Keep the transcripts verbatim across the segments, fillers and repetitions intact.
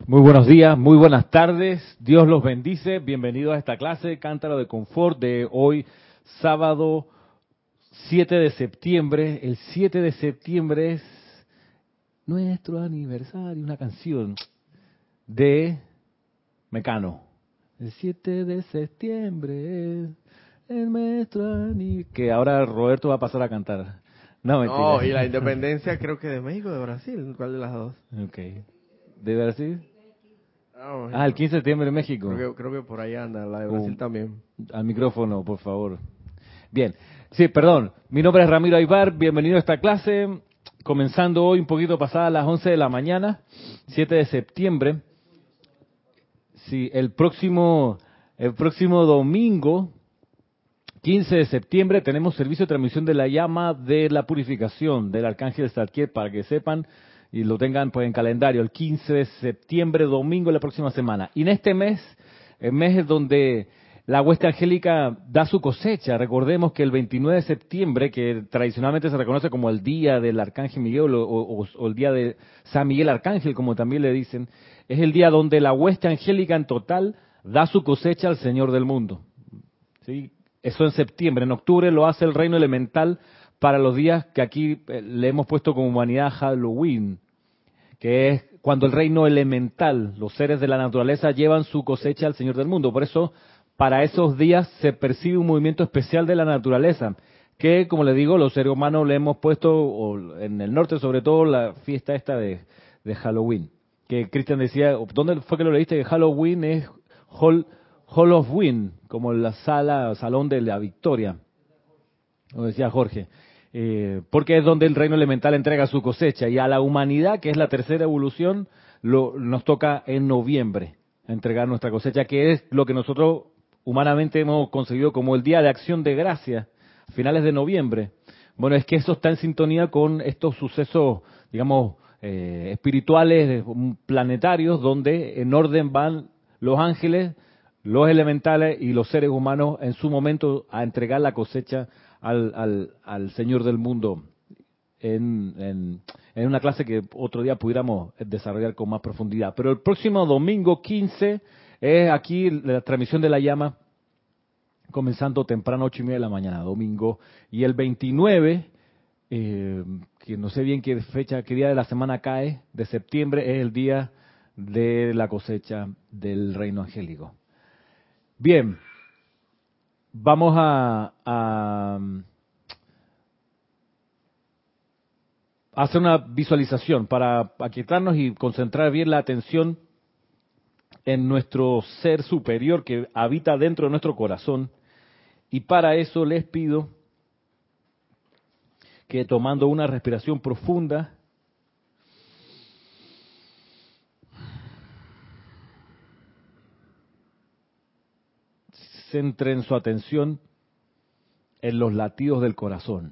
Muy buenos días, muy buenas tardes, Dios los bendice, bienvenidos a esta clase Cántaro de Confort de hoy, sábado siete de septiembre. El siete de septiembre es nuestro aniversario, una canción de Mecano. El siete de septiembre es el nuestro aniversario, que ahora Roberto va a pasar a cantar. No, mentira. No, y la independencia creo que de México o de Brasil, ¿cuál de las dos? Ok. ¿De Brasil? Ah, Ah, el quince de septiembre en México. creo que, creo que por ahí anda, la de Brasil Con- también. Al micrófono, por favor. Bien. Sí, perdón. Mi nombre es Ramiro Aybar. Bienvenido a esta clase. Comenzando hoy un poquito pasada las once de la mañana, siete de septiembre. Sí, el próximo, el próximo domingo, quince de septiembre, tenemos servicio de transmisión de la llama de la purificación del Arcángel Zadkiel, para que sepan y lo tengan pues en calendario. El quince de septiembre, domingo de la próxima semana. Y en este mes, el mes es donde la hueste angélica da su cosecha. Recordemos que el veintinueve de septiembre, que tradicionalmente se reconoce como el día del Arcángel Miguel o, o- o el día de San Miguel Arcángel, como también le dicen, es el día donde la hueste angélica en total da su cosecha al Señor del mundo. ¿Sí? Eso en septiembre. En octubre lo hace el reino elemental para los días que aquí eh, le hemos puesto como humanidad Halloween, que es cuando el reino elemental, los seres de la naturaleza, llevan su cosecha al Señor del mundo. Por eso, para esos días se percibe un movimiento especial de la naturaleza, que, como le digo, los seres humanos le hemos puesto, o en el norte sobre todo, la fiesta esta de, de Halloween. Que Cristian decía, ¿dónde fue que lo leíste? Que Halloween es Hall, Hall of Win, como la sala, salón de la victoria, como decía Jorge. Eh, porque es donde el reino elemental entrega su cosecha, y a la humanidad, que es la tercera evolución, lo, nos toca en noviembre entregar nuestra cosecha, que es lo que nosotros humanamente hemos conseguido como el Día de Acción de Gracia, a finales de noviembre. Bueno, es que eso está en sintonía con estos sucesos, digamos, eh, espirituales, planetarios, donde en orden van los ángeles, los elementales y los seres humanos en su momento a entregar la cosecha al, al, al Señor del mundo, en, en, en una clase que otro día pudiéramos desarrollar con más profundidad. Pero el próximo domingo quince es aquí la transmisión de la llama, comenzando temprano, ocho y media de la mañana, domingo. Y el veintinueve, eh, que no sé bien qué fecha, qué día de la semana cae, de septiembre, es el día de la cosecha del reino angélico. Bien, vamos a, a hacer una visualización para aquietarnos y concentrar bien la atención en nuestro ser superior que habita dentro de nuestro corazón. Y para eso les pido que, tomando una respiración profunda, centren su atención en los latidos del corazón.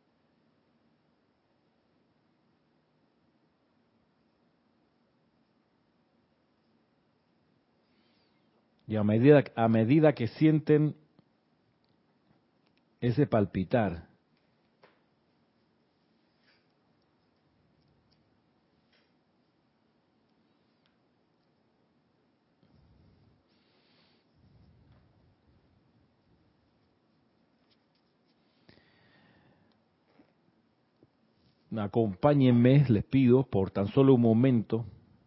Y a medida, a medida que sienten ese palpitar, acompáñenme, les pido, por tan solo un momento,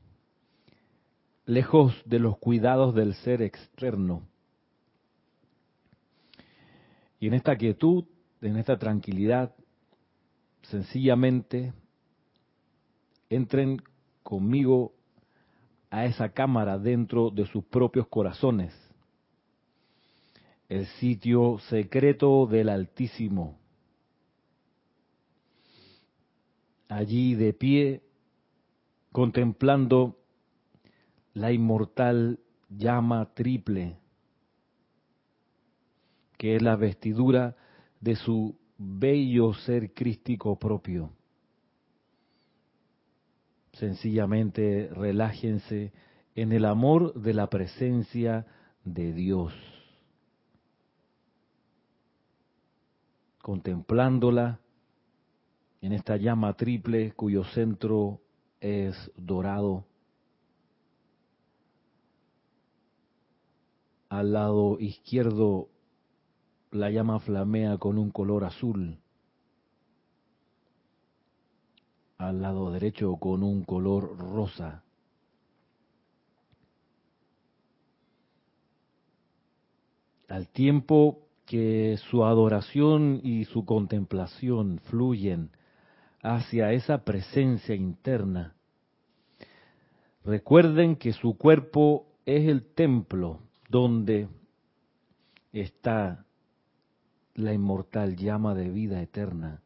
lejos de los cuidados del ser externo. Y en esta quietud, en esta tranquilidad, sencillamente entren conmigo a esa cámara dentro de sus propios corazones, el sitio secreto del Altísimo. Allí de pie, contemplando la inmortal llama triple, que es la vestidura de su bello ser crístico propio. Sencillamente relájense en el amor de la presencia de Dios, contemplándola en esta llama triple cuyo centro es dorado, Al lado izquierdo la llama flamea con un color azul. Al lado derecho con un color rosa. Al tiempo que su adoración y su contemplación fluyen hacia esa presencia interna, recuerden que su cuerpo es el templo donde está la inmortal llama de vida eterna.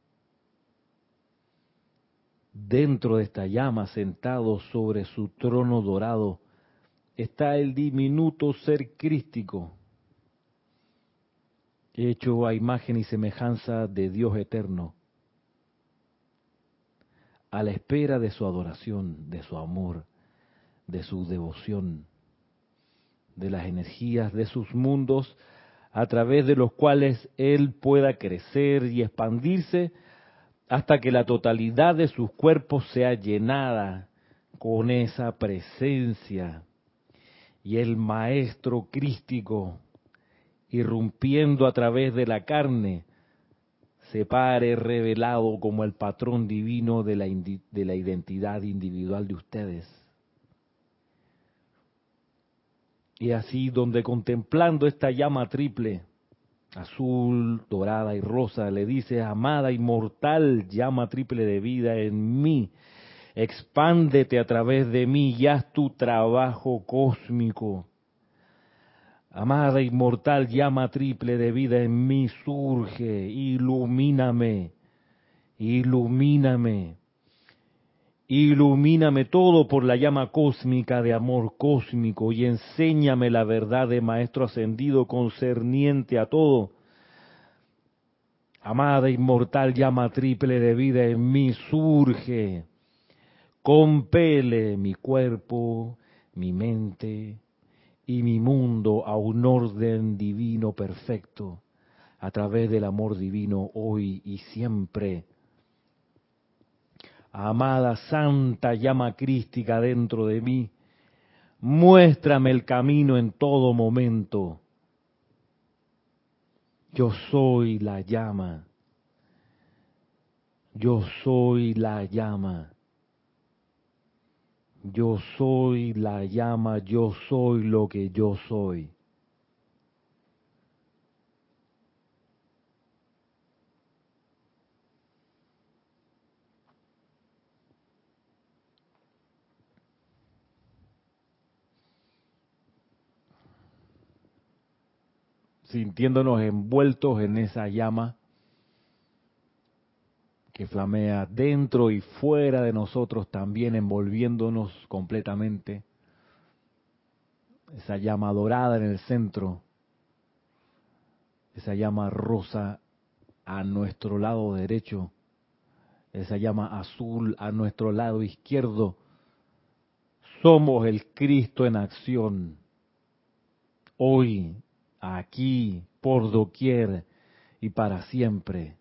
Dentro de esta llama, sentado sobre su trono dorado, está el diminuto ser crístico, hecho a imagen y semejanza de Dios eterno, a la espera de su adoración, de su amor, de su devoción, de las energías de sus mundos, a través de los cuales Él pueda crecer y expandirse hasta que la totalidad de sus cuerpos sea llenada con esa presencia. Y el Maestro Crístico, irrumpiendo a través de la carne, se pare revelado como el patrón divino de la, de la identidad individual de ustedes. Y así, donde contemplando esta llama triple, azul, dorada y rosa, le dice: amada inmortal llama triple de vida en mí, expándete a través de mí y haz tu trabajo cósmico. Amada inmortal llama triple de vida en mí, surge, ilumíname, ilumíname, ilumíname todo por la llama cósmica de amor cósmico y enséñame la verdad de Maestro Ascendido concerniente a todo. Amada inmortal llama triple de vida en mí, surge, compele mi cuerpo, mi mente y mi mundo a un orden divino perfecto, a través del amor divino hoy y siempre. Amada santa llama crística dentro de mí, muéstrame el camino en todo momento. Yo soy la llama, yo soy la llama, yo soy la llama, yo soy lo que yo soy. Sintiéndonos envueltos en esa llama que flamea dentro y fuera de nosotros, también envolviéndonos completamente. Esa llama dorada en el centro, esa llama rosa a nuestro lado derecho, esa llama azul a nuestro lado izquierdo. Somos el Cristo en acción, hoy, aquí, por doquier y para siempre.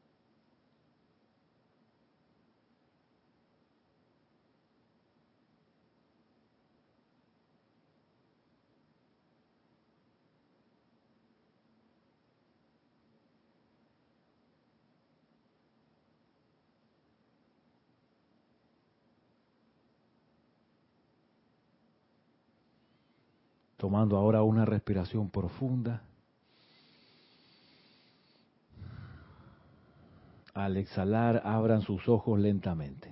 Tomando ahora una respiración profunda. Al exhalar, abran sus ojos lentamente.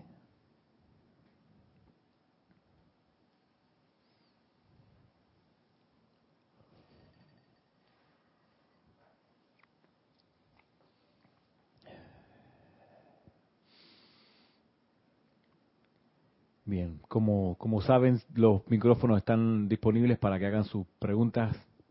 Bien, como, como saben, los micrófonos están disponibles para que hagan sus preguntas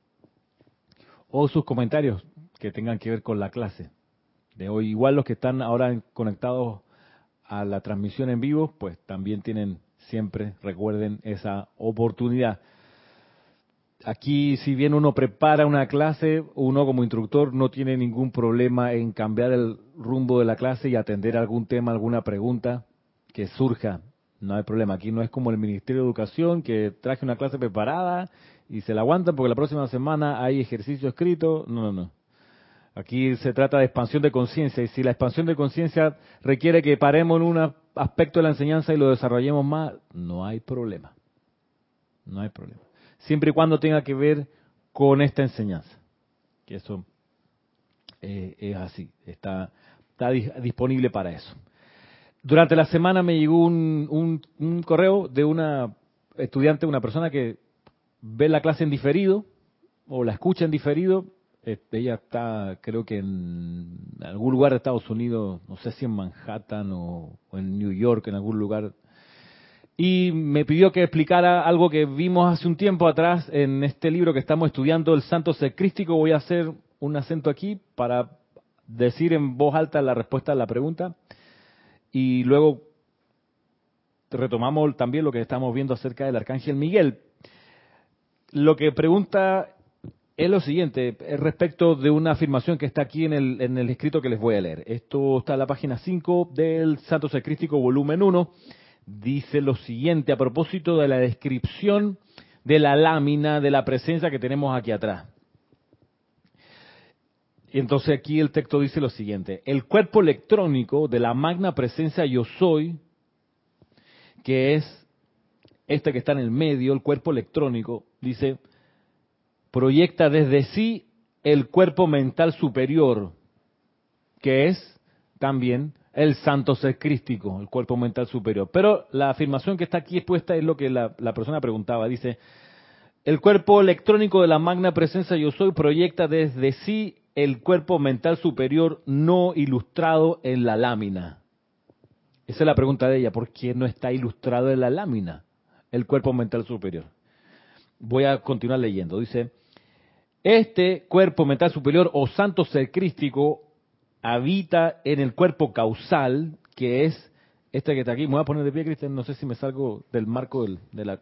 o sus comentarios que tengan que ver con la clase de hoy. Igual los que están ahora conectados a la transmisión en vivo, pues también tienen siempre, recuerden, esa oportunidad. Aquí, si bien uno prepara una clase, uno como instructor no tiene ningún problema en cambiar el rumbo de la clase y atender algún tema, alguna pregunta que surja. no hay problema. Aquí no es como el Ministerio de Educación, que traje una clase preparada y se la aguantan porque la próxima semana hay ejercicio escrito. No, no, no. Aquí se trata de expansión de conciencia, y si la expansión de conciencia requiere que paremos en un aspecto de la enseñanza y lo desarrollemos más, no hay problema. No hay problema. Siempre y cuando tenga que ver con esta enseñanza. Que eso eh, es así, está, está disponible para eso. Durante la semana me llegó un, un, un correo de una estudiante, una persona que ve la clase en diferido, o la escucha en diferido. Ella está, creo que en algún lugar de Estados Unidos, no sé si en Manhattan o, o en New York, en algún lugar. Y me pidió que explicara algo que vimos hace un tiempo atrás en este libro que estamos estudiando, El Santo Ser Crístico. Voy a hacer un acento aquí para decir en voz alta la respuesta a la pregunta. Y luego retomamos también lo que estamos viendo acerca del Arcángel Miguel. Lo que pregunta es lo siguiente, respecto de una afirmación que está aquí en el, en el escrito que les voy a leer. Esto está en la página cinco del Santo Ser Crístico, volumen uno. Dice lo siguiente a propósito de la descripción de la lámina de la presencia que tenemos aquí atrás. Y entonces aquí el texto dice lo siguiente: el cuerpo electrónico de la magna presencia yo soy, que es este que está en el medio, el cuerpo electrónico, dice, proyecta desde sí el cuerpo mental superior, que es también el santo ser crístico, el cuerpo mental superior. Pero la afirmación que está aquí expuesta es lo que la, la persona preguntaba. Dice, el cuerpo electrónico de la magna presencia yo soy proyecta desde sí el cuerpo mental superior no ilustrado en la lámina. Esa es la pregunta de ella, ¿por qué no está ilustrado en la lámina el cuerpo mental superior? Voy a continuar leyendo. Dice, este cuerpo mental superior o santo ser crístico habita en el cuerpo causal, que es este que está aquí. Me voy a poner de pie, Cristian, no sé si me salgo del marco del, de, la,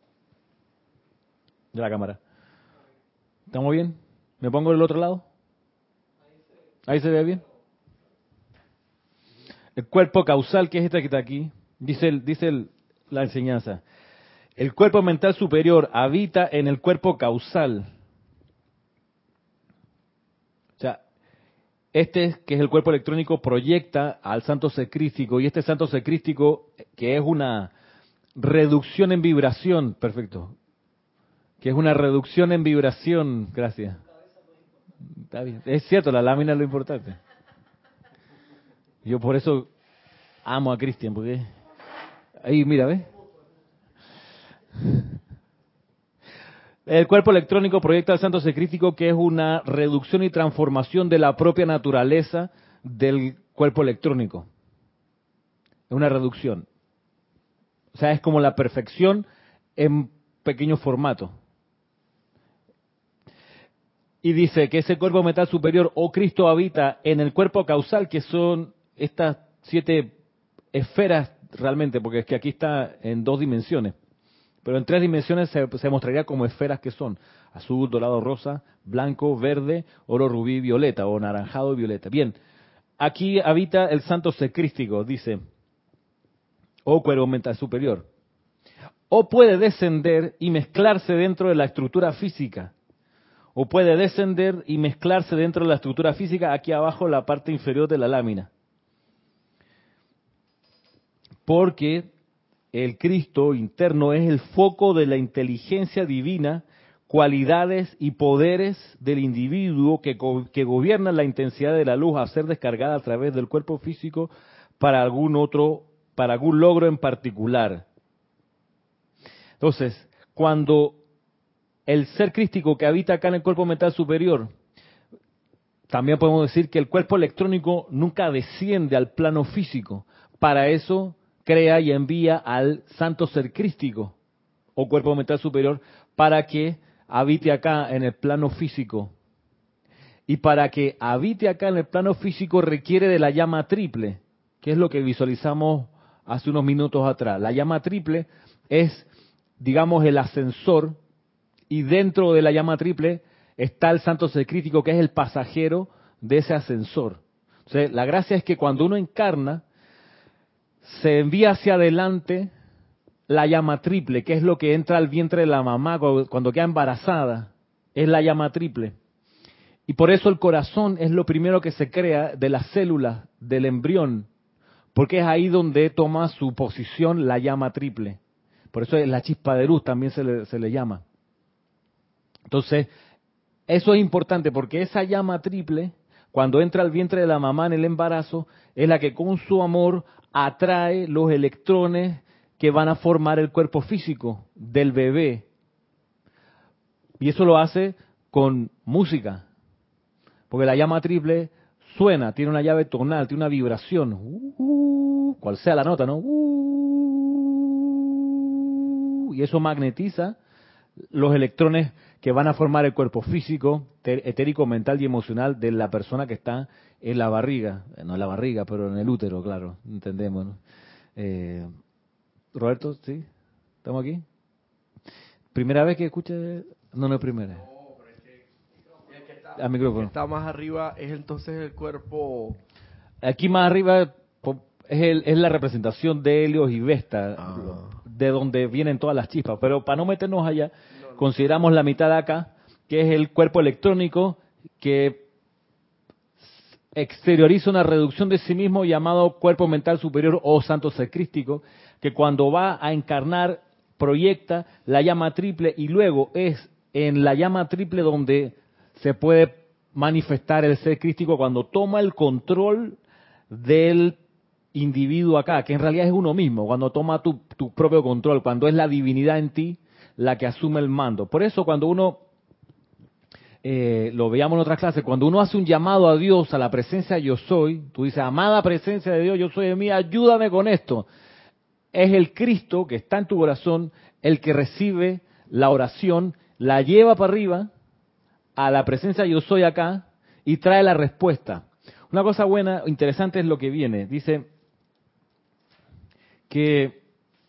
de la cámara. ¿Estamos bien? ¿Me pongo del otro lado? ¿Ahí se ve bien? El cuerpo causal, que es este que está aquí, dice, el, dice el, la enseñanza. El cuerpo mental superior habita en el cuerpo causal. O sea, este, que es el cuerpo electrónico, proyecta al santo ser crístico, y este santo ser crístico, que es una reducción en vibración, perfecto, que es una reducción en vibración, gracias. Está bien. Es cierto, la lámina es lo importante. Yo por eso amo a Cristian, porque ahí, mira, ¿ves? El cuerpo electrónico proyecta al santo ser crístico, que es una reducción y transformación de la propia naturaleza del cuerpo electrónico. Es una reducción. O sea, es como la perfección en pequeño formato. Y dice que ese cuerpo mental superior o Cristo habita en el cuerpo causal, que son estas siete esferas realmente, porque es que aquí está en dos dimensiones. Pero en tres dimensiones se, se mostraría como esferas que son azul, dorado, rosa, blanco, verde, oro, rubí, violeta, o naranjado y violeta. Bien, aquí habita el santo ser crístico, dice, o cuerpo mental superior. O puede descender y mezclarse dentro de la estructura física. O puede descender y mezclarse dentro de la estructura física, aquí abajo, la parte inferior de la lámina. Porque el Cristo interno es el foco de la inteligencia divina, cualidades y poderes del individuo que, que gobiernan la intensidad de la luz a ser descargada a través del cuerpo físico para algún otro, para algún logro en particular. Entonces, cuando el ser crístico que habita acá en el cuerpo mental superior, también podemos decir que el cuerpo electrónico nunca desciende al plano físico. Para eso crea y envía al santo ser crístico o cuerpo mental superior para que habite acá en el plano físico. Y para que habite acá en el plano físico requiere de la llama triple, que es lo que visualizamos hace unos minutos atrás. La llama triple es, digamos, el ascensor, y dentro de la llama triple está el santo ser crístico, que es el pasajero de ese ascensor. Entonces, la gracia es que cuando uno encarna, se envía hacia adelante la llama triple, que es lo que entra al vientre de la mamá cuando, cuando queda embarazada, es la llama triple. Y por eso el corazón es lo primero que se crea de las células del embrión, porque es ahí donde toma su posición la llama triple. Por eso la chispa de luz también se le, se le llama. Entonces, eso es importante porque esa llama triple, cuando entra al vientre de la mamá en el embarazo, es la que con su amor atrae los electrones que van a formar el cuerpo físico del bebé. Y eso lo hace con música. Porque la llama triple suena, tiene una llave tonal, tiene una vibración. Uh, uh, cual sea la nota, ¿no? Uh, y eso magnetiza los electrones que van a formar el cuerpo físico, etérico, mental y emocional de la persona que está en la barriga. No en la barriga, pero en el útero, claro. Entendemos, ¿no? Eh, Roberto, ¿sí? ¿Estamos aquí? ¿Primera vez que escucha? No, no es primera. No, pero es que el que está, Al micrófono. el que está más arriba es entonces el cuerpo. Aquí más arriba es, el, es la representación de Helios y Vesta, Ah. de donde vienen todas las chispas. Pero para no meternos allá, No, no. consideramos la mitad de acá, que es el cuerpo electrónico que exterioriza una reducción de sí mismo llamado cuerpo mental superior o santo ser crístico, que cuando va a encarnar proyecta la llama triple y luego es en la llama triple donde se puede manifestar el ser crístico cuando toma el control del individuo acá, que en realidad es uno mismo, cuando toma tu, tu propio control, cuando es la divinidad en ti la que asume el mando. Por eso cuando uno, eh, lo veíamos en otras clases, cuando uno hace un llamado a Dios, a la presencia yo soy, tú dices, amada presencia de Dios, yo soy de mí, ayúdame con esto. Es el Cristo que está en tu corazón el que recibe la oración, la lleva para arriba a la presencia yo soy acá y trae la respuesta. Una cosa buena, interesante es lo que viene. Dice que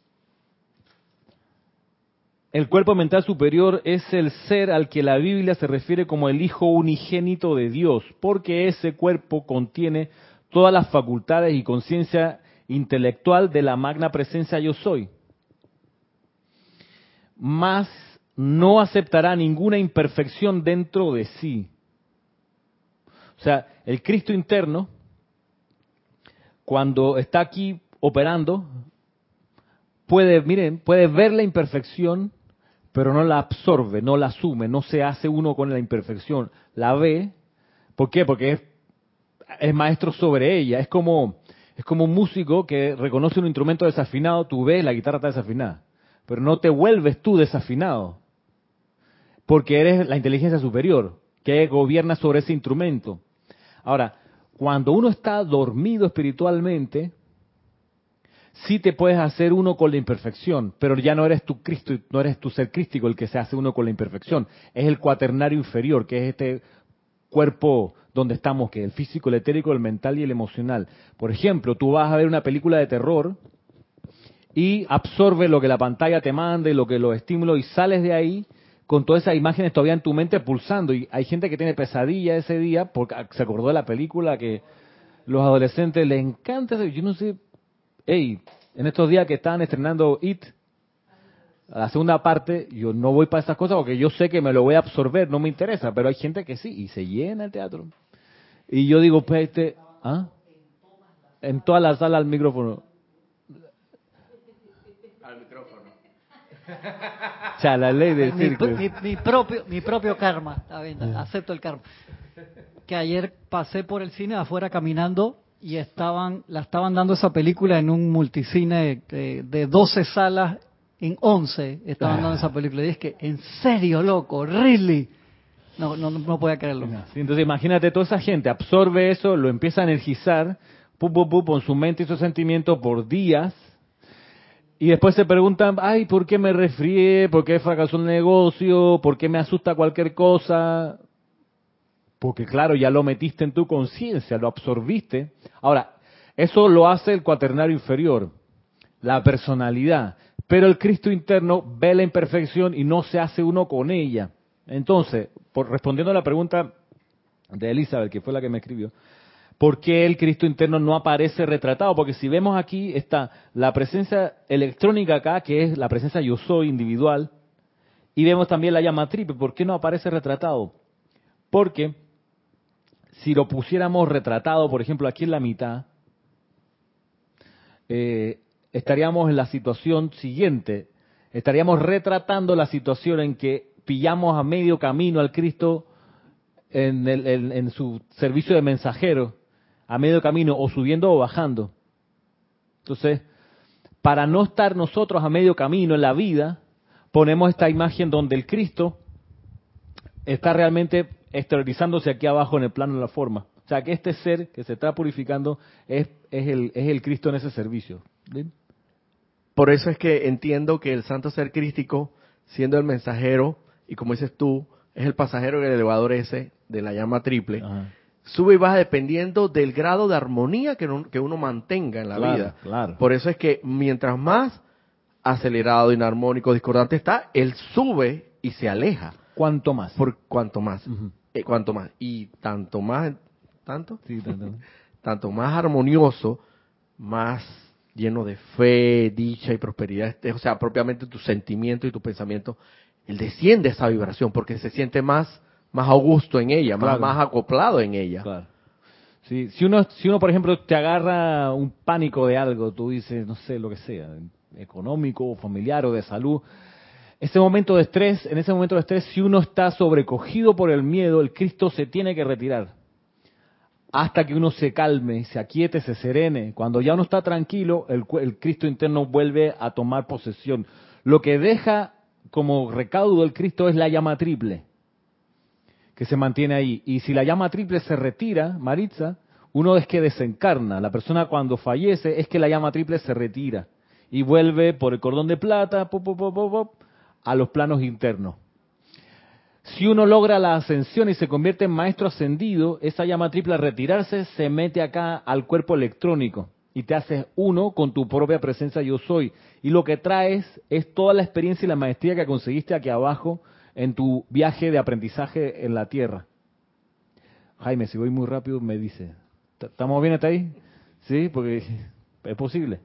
el cuerpo mental superior es el ser al que la Biblia se refiere como el Hijo unigénito de Dios, porque ese cuerpo contiene todas las facultades y conciencia intelectual de la magna presencia yo soy. Mas no aceptará ninguna imperfección dentro de sí. O sea, el Cristo interno, cuando está aquí operando, puede, miren, puede ver la imperfección, pero no la absorbe, no la asume, no se hace uno con la imperfección. La ve, ¿por qué? Porque es, es maestro sobre ella. Es como, es como un músico que reconoce un instrumento desafinado, tú ves, la guitarra está desafinada, pero no te vuelves tú desafinado, porque eres la inteligencia superior que gobierna sobre ese instrumento. Ahora, cuando uno está dormido espiritualmente, sí te puedes hacer uno con la imperfección, pero ya no eres tu Cristo, no eres tu ser crístico el que se hace uno con la imperfección. Es el cuaternario inferior, que es este cuerpo donde estamos, que es el físico, el etérico, el mental y el emocional. Por ejemplo, tú vas a ver una película de terror y absorbe lo que la pantalla te manda y lo que los estímulos y sales de ahí con todas esas imágenes todavía en tu mente pulsando. Y hay gente que tiene pesadilla ese día porque se acordó de la película que los adolescentes les encanta. Yo no sé, hey, en estos días que estaban estrenando It, la segunda parte, yo no voy para esas cosas porque yo sé que me lo voy a absorber, no me interesa, pero hay gente que sí, y se llena el teatro. Y yo digo, pues este, ¿ah? En toda la sala al micrófono. Al micrófono. O sea, la ley del mi, círculo. mi, mi propio mi propio karma, está bien, Yeah. acepto el karma. Que ayer pasé por el cine afuera caminando y estaban la estaban dando esa película en un multicine de, de doce salas, en once estaban dando esa película. Y es que, en serio, loco, really. No, no, no podía creerlo. Sí, entonces imagínate, toda esa gente absorbe eso, lo empieza a energizar, pum, pum, pum, con su mente y sus sentimientos por días, y después se preguntan, ay, ¿por qué me resfrié? ¿Por qué fracasó el negocio? ¿Por qué me asusta cualquier cosa? Porque claro, ya lo metiste en tu conciencia, lo absorbiste. Ahora, eso lo hace el cuaternario inferior, la personalidad, pero el Cristo interno ve la imperfección y no se hace uno con ella. Entonces, por, respondiendo a la pregunta de Elizabeth, que fue la que me escribió, ¿por qué el Cristo interno no aparece retratado? Porque si vemos aquí está la presencia electrónica acá, que es la presencia yo soy individual, y vemos también la llama triple. ¿Por qué no aparece retratado? Porque si lo pusiéramos retratado, por ejemplo, aquí en la mitad, eh, estaríamos en la situación siguiente. Estaríamos retratando la situación en que pillamos a medio camino al Cristo en, el, en, en su servicio de mensajero, a medio camino, o subiendo o bajando. Entonces, para no estar nosotros a medio camino en la vida, ponemos esta imagen donde el Cristo está realmente exteriorizándose aquí abajo en el plano de la forma. O sea, que este ser que se está purificando es, es, el, es el Cristo en ese servicio. ¿Bien? Por eso es que entiendo que el santo ser crístico, siendo el mensajero, y como dices tú, es el pasajero en el elevador ese de la llama triple, Ajá. sube y baja dependiendo del grado de armonía que uno, que uno mantenga en la Claro, vida. claro. Por eso es que mientras más acelerado, inarmónico, discordante está, él sube y se aleja. ¿Cuánto más? Por cuanto más, Ujú. eh, cuanto más. Y tanto más, tanto, Sí, tanto. tanto más armonioso, más lleno de fe, dicha y prosperidad estés, o sea, propiamente tu sentimiento y tu pensamiento, él desciende esa vibración porque se siente más, más augusto en ella, más, Claro. más acoplado en ella. Claro. Sí, si uno, si uno, por ejemplo, te agarra un pánico de algo, tú dices, no sé, lo que sea, económico, o familiar o de salud, ese momento de estrés, en ese momento de estrés, si uno está sobrecogido por el miedo, el Cristo se tiene que retirar. Hasta que uno se calme, se aquiete, se serene. Cuando ya uno está tranquilo, el, el Cristo interno vuelve a tomar posesión. Lo que deja como recaudo el Cristo es la llama triple, que se mantiene ahí. Y si la llama triple se retira, Maritza, uno es que desencarna. La persona cuando fallece es que la llama triple se retira y vuelve por el cordón de plata pop, pop, pop, pop, a los planos internos. Si uno logra la ascensión y se convierte en maestro ascendido, esa llama triple al retirarse se mete acá al cuerpo electrónico y te haces uno con tu propia presencia yo soy. Y lo que traes es toda la experiencia y la maestría que conseguiste aquí abajo en tu viaje de aprendizaje en la Tierra. Jaime, si voy muy rápido me dice. ¿Estamos bien hasta ahí? Sí, porque es posible.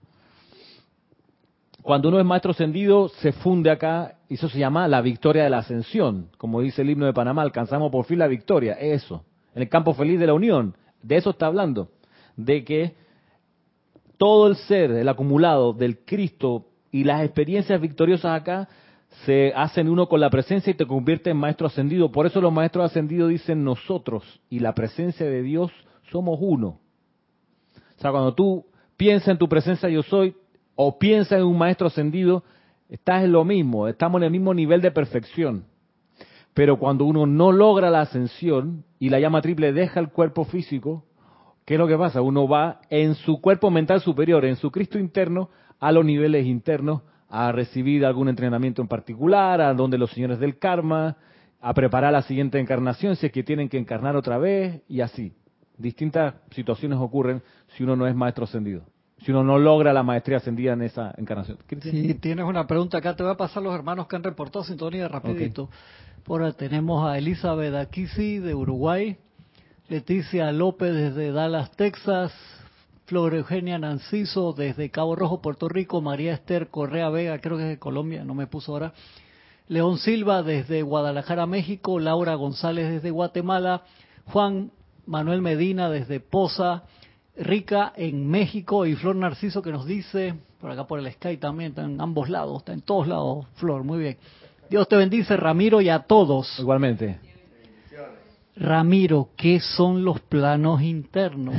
Cuando uno es maestro ascendido, se funde acá, y eso se llama la victoria de la ascensión. Como dice el himno de Panamá, alcanzamos por fin la victoria. Eso, en el campo feliz de la unión. De eso está hablando. De que todo el ser, el acumulado del Cristo y las experiencias victoriosas acá, se hacen uno con la presencia y te convierte en maestro ascendido. Por eso los maestros ascendidos dicen nosotros y la presencia de Dios somos uno. O sea, cuando tú piensas en tu presencia yo soy, o piensas en un maestro ascendido, estás en lo mismo, estamos en el mismo nivel de perfección. Pero cuando uno no logra la ascensión y la llama triple deja el cuerpo físico, ¿qué es lo que pasa? Uno va en su cuerpo mental superior, en su Cristo interno, a los niveles internos, a recibir algún entrenamiento en particular, a donde los señores del karma, a preparar la siguiente encarnación, si es que tienen que encarnar otra vez, y así. Distintas situaciones ocurren si uno no es maestro ascendido. Si uno no logra la maestría ascendida en esa encarnación. Si tienes una pregunta acá, te voy a pasar los hermanos que han reportado sintonía rapidito. Okay. Por ahí tenemos a Elizabeth Aquisi de Uruguay, Leticia López desde Dallas, Texas, Flor Eugenia Nanciso desde Cabo Rojo, Puerto Rico, María Esther Correa Vega, creo que es de Colombia, no me puso ahora, León Silva desde Guadalajara, México, Laura González desde Guatemala, Juan Manuel Medina desde Poza Rica en México y Flor Narciso que nos dice, por acá por el Sky también, está en ambos lados, está en todos lados, Flor, muy bien. Dios te bendice, Ramiro, y a todos. Igualmente. Ramiro, ¿qué son los planos internos?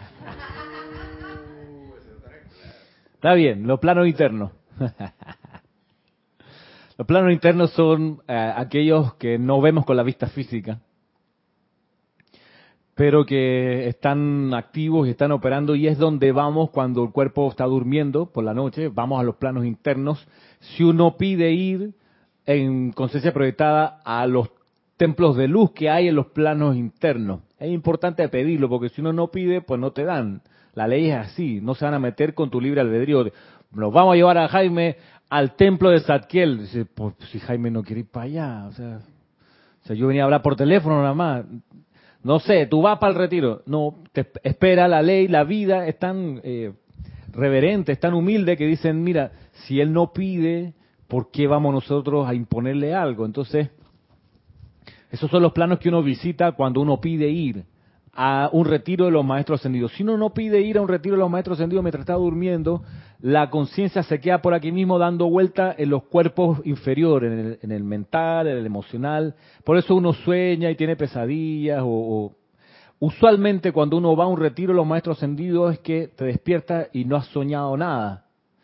Está bien, los planos internos. Los planos internos son eh, aquellos que no vemos con la vista física, pero que están activos y están operando, y es donde vamos cuando el cuerpo está durmiendo por la noche. Vamos a los planos internos. Si uno pide ir en conciencia proyectada a los templos de luz que hay en los planos internos, es importante pedirlo, porque si uno no pide, pues no te dan. La ley es así, no se van a meter con tu libre albedrío. Nos vamos a llevar a Jaime al templo de Zadkiel. Dice, pues si Jaime no quiere ir para allá, o sea, o sea, yo venía a hablar por teléfono nada más. no sé, tú vas para el retiro. No, te espera la ley, la vida, es tan eh, reverente, es tan humilde que dicen, mira, si él no pide, ¿por qué vamos nosotros a imponerle algo? Entonces, esos son los planos que uno visita cuando uno pide ir a un retiro de los maestros ascendidos. Si uno no pide ir a un retiro de los maestros ascendidos mientras está durmiendo, la conciencia se queda por aquí mismo dando vuelta en los cuerpos inferiores, en el, en el mental, en el emocional. Por eso uno sueña y tiene pesadillas. O, o usualmente cuando uno va a un retiro de los maestros ascendidos es que te despiertas y no has soñado nada.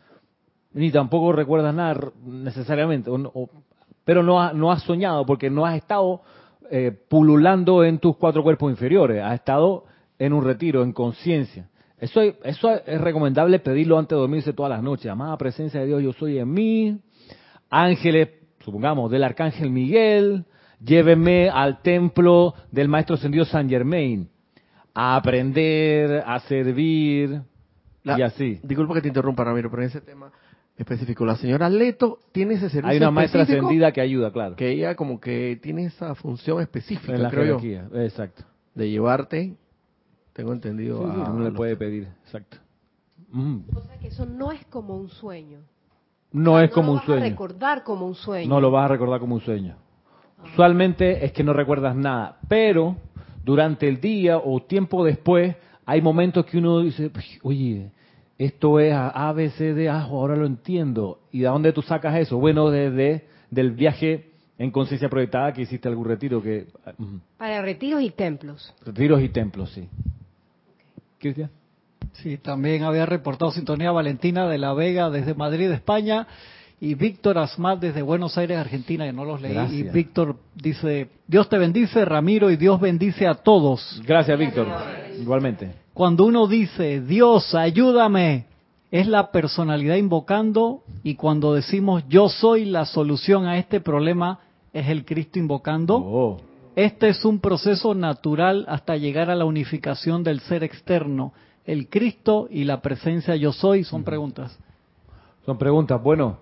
Ni tampoco recuerdas nada necesariamente. O, o, pero no, ha, no has soñado porque no has estado eh, pululando en tus cuatro cuerpos inferiores. Has estado en un retiro, en conciencia. Eso, eso es recomendable pedirlo antes de dormirse todas las noches. Amada presencia de Dios, yo soy en mí. Ángeles, supongamos, del Arcángel Miguel, llévenme al templo del Maestro Ascendido San Germain a aprender, a servir La, y así. Disculpa que te interrumpa, Ramiro, pero en ese tema específico, la señora Leto tiene ese servicio Hay una maestra específico ascendida que ayuda, claro. que ella como que tiene esa función específica, En la creo jerarquía, yo, exacto. de llevarte, tengo entendido, Sí, sí, a uno le los- puede pedir, exacto. Mm. O sea que eso no es como un sueño. No O sea, es como lo un vas a sueño. recordar como un sueño. No lo vas a recordar como un sueño. Usualmente es que no recuerdas nada, pero durante el día o tiempo después hay momentos que uno dice, oye, esto es A, B, C, D, A, ahora lo entiendo. ¿Y de dónde tú sacas eso? Bueno, desde del viaje en conciencia proyectada que hiciste algún retiro, que uh, Para retiros y templos. retiros y templos, sí. Cristian. Sí, también había reportado sintonía Valentina de la Vega desde Madrid, España, y Víctor Asmat desde Buenos Aires, Argentina, que no los leí. Gracias. Y Víctor dice, Dios te bendice, Ramiro, y Dios bendice a todos. Gracias, Víctor. Igualmente. Cuando uno dice, Dios, ayúdame, es la personalidad invocando, y cuando decimos, yo soy la solución a este problema, es el Cristo invocando. Oh. Este es un proceso natural hasta llegar a la unificación del ser externo. El Cristo y la presencia yo soy son preguntas. Son preguntas. Bueno,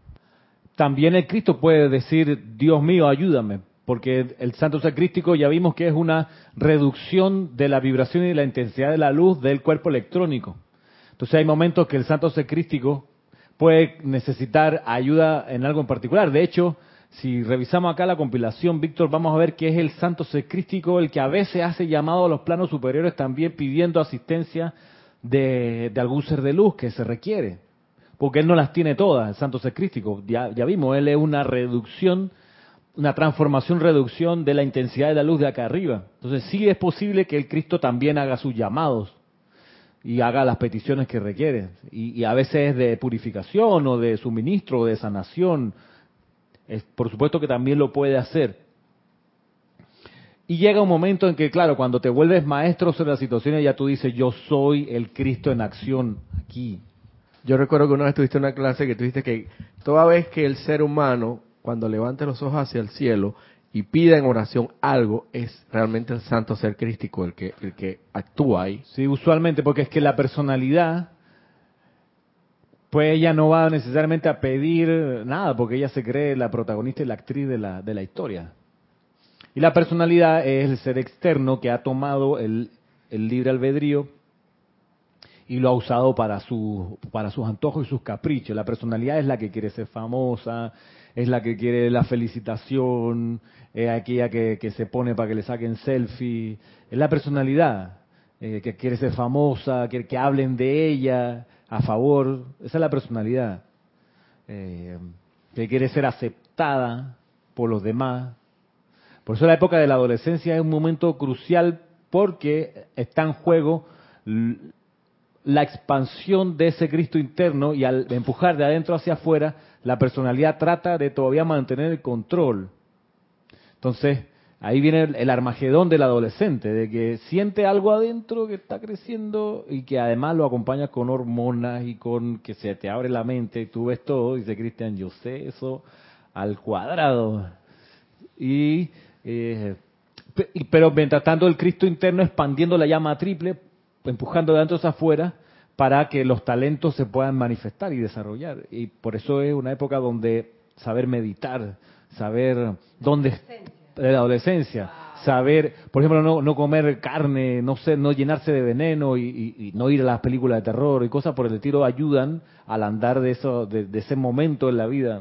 también el Cristo puede decir, Dios mío, ayúdame, porque el santo ser crístico ya vimos que es una reducción de la vibración y de la intensidad de la luz del cuerpo electrónico. Entonces hay momentos que el santo ser crístico puede necesitar ayuda en algo en particular. De hecho, si revisamos acá la compilación, Víctor, vamos a ver que es el santo ser crístico el que a veces hace llamado a los planos superiores también pidiendo asistencia de, de algún ser de luz que se requiere. Porque él no las tiene todas, el santo ser crístico. Ya, ya vimos, él es una reducción, una transformación, reducción de la intensidad de la luz de acá arriba. Entonces sí es posible que el Cristo también haga sus llamados y haga las peticiones que requiere. Y, y a veces es de purificación o de suministro o de sanación. Es, por supuesto que también lo puede hacer. Y llega un momento en que, claro, cuando te vuelves maestro sobre las situaciones, ya tú dices, yo soy el Cristo en acción aquí. Yo recuerdo que una vez tuviste una clase que tuviste que toda vez que el ser humano, cuando levante los ojos hacia el cielo y pida en oración algo, es realmente el santo ser crístico el que, el que actúa ahí. Sí, usualmente, porque es que la personalidad, pues ella no va necesariamente a pedir nada, porque ella se cree la protagonista y la actriz de la, de la historia. Y la personalidad es el ser externo que ha tomado el, el libre albedrío y lo ha usado para, su, para sus antojos y sus caprichos. La personalidad es la que quiere ser famosa, es la que quiere la felicitación, es aquella que, que se pone para que le saquen selfie. Es la personalidad eh, que quiere ser famosa, que, que hablen de ella a favor. Esa es la personalidad. Eh, que quiere ser aceptada por los demás. Por eso la época de la adolescencia es un momento crucial porque está en juego la expansión de ese Cristo interno y al empujar de adentro hacia afuera, la personalidad trata de todavía mantener el control. Entonces, ahí viene el, el Armagedón del adolescente, de que siente algo adentro que está creciendo y que además lo acompaña con hormonas y con que se te abre la mente y tú ves todo, dice Cristian, yo sé eso al cuadrado. Y, eh, pero mientras tanto el Cristo interno expandiendo la llama triple, empujando de adentro hacia afuera para que los talentos se puedan manifestar y desarrollar. Y por eso es una época donde saber meditar, saber dónde de la adolescencia, saber, por ejemplo, no, no comer carne, no sé, no llenarse de veneno y, y, y no ir a las películas de terror y cosas por el estilo ayudan al andar de eso, de, de ese momento en la vida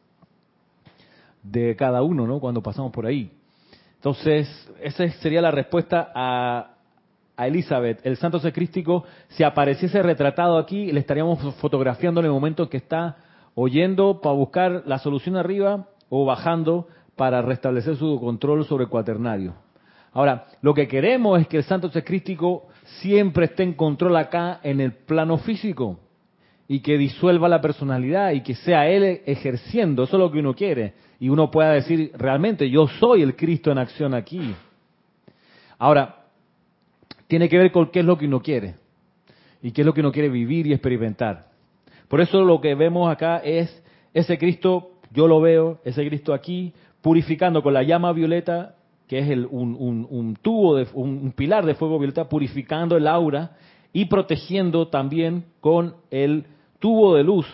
de cada uno, ¿no? Cuando pasamos por ahí. Entonces, esa sería la respuesta a, a Elizabeth. El santo ser crístico, si apareciese retratado aquí, le estaríamos fotografiando en el momento en que está oyendo para buscar la solución arriba o bajando para restablecer su control sobre el cuaternario. Ahora, lo que queremos es que el santo ser crístico siempre esté en control acá en el plano físico y que disuelva la personalidad y que sea él ejerciendo, eso es lo que uno quiere. Y uno pueda decir, realmente, yo soy el Cristo en acción aquí. Ahora, tiene que ver con qué es lo que uno quiere y qué es lo que uno quiere vivir y experimentar. Por eso lo que vemos acá es ese Cristo, yo lo veo, ese Cristo aquí, purificando con la llama violeta, que es el, un, un, un tubo, de, un, un pilar de fuego violeta, purificando el aura y protegiendo también con el tubo de luz,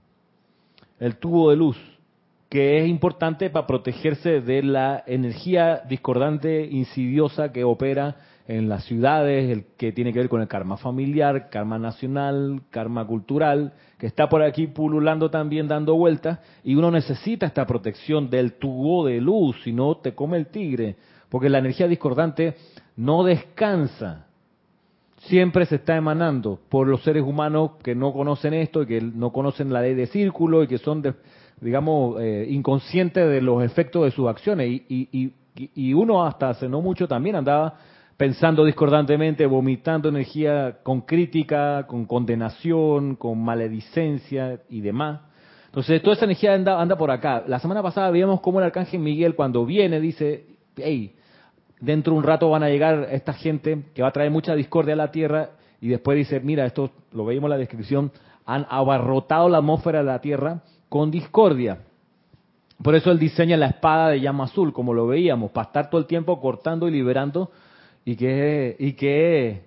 el tubo de luz, que es importante para protegerse de la energía discordante, insidiosa que opera en las ciudades, el que tiene que ver con el karma familiar, karma nacional, karma cultural, que está por aquí pululando también, dando vueltas, y uno necesita esta protección del tubo de luz, si no te come el tigre, porque la energía discordante no descansa, siempre se está emanando por los seres humanos que no conocen esto y que no conocen la ley de círculo y que son, de, digamos, eh, inconscientes de los efectos de sus acciones, y, y, y, y uno hasta hace no mucho también andaba pensando discordantemente, vomitando energía con crítica, con condenación, con maledicencia y demás. Entonces, toda esa energía anda, anda por acá. La semana pasada veíamos cómo el arcángel Miguel, cuando viene, dice, hey, dentro de un rato van a llegar esta gente que va a traer mucha discordia a la Tierra, y después dice, mira, esto lo veíamos en la descripción, han abarrotado la atmósfera de la Tierra con discordia. Por eso él diseña la espada de llama azul, como lo veíamos, para estar todo el tiempo cortando y liberando, y que, y que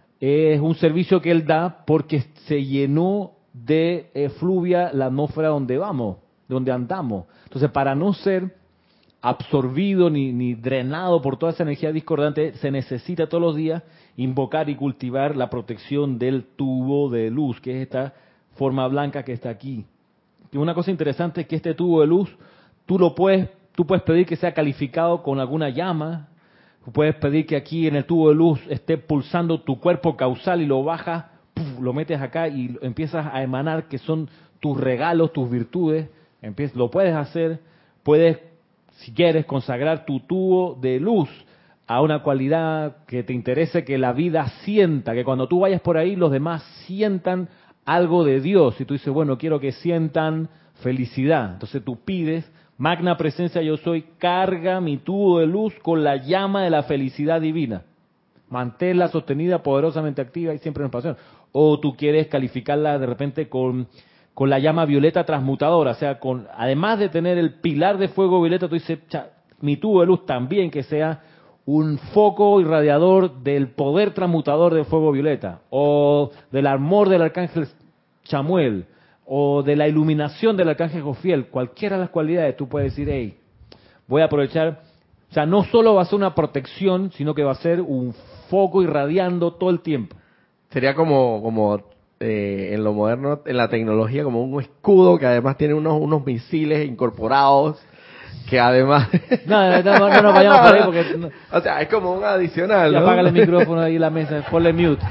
es un servicio que él da porque se llenó de efluvia la atmósfera donde vamos, donde andamos. Entonces, para no ser absorbido ni, ni drenado por toda esa energía discordante, se necesita todos los días invocar y cultivar la protección del tubo de luz, que es esta forma blanca que está aquí. Y una cosa interesante es que este tubo de luz, tú lo puedes, tú puedes pedir que sea calificado con alguna llama. Puedes pedir que aquí en el tubo de luz esté pulsando tu cuerpo causal y lo bajas, ¡puf!, lo metes acá y empiezas a emanar que son tus regalos, tus virtudes. Empiezas, lo puedes hacer, puedes, si quieres, consagrar tu tubo de luz a una cualidad que te interese, que la vida sienta, que cuando tú vayas por ahí los demás sientan algo de Dios. Y tú dices, bueno, quiero que sientan felicidad. Entonces tú pides, magna presencia yo soy, carga mi tubo de luz con la llama de la felicidad divina. Manténla sostenida, poderosamente activa y siempre en pasión. O tú quieres calificarla de repente con, con la llama violeta transmutadora. O sea, con además de tener el pilar de fuego violeta, tú dices, mi tubo de luz también que sea un foco irradiador del poder transmutador del fuego violeta. O del amor del arcángel Chamuel, o de la iluminación del arcángel Jofiel, cualquiera de las cualidades, tú puedes decir, hey, voy a aprovechar, o sea, no solo va a ser una protección, sino que va a ser un foco irradiando todo el tiempo. Sería como, como eh, en lo moderno, en la tecnología, como un escudo que además tiene unos, unos misiles incorporados, que además... No, no, no, no nos vayamos por ahí porque... No. O sea, es como un adicional, y ¿no? apaga el micrófono ahí en la mesa, ponle mute.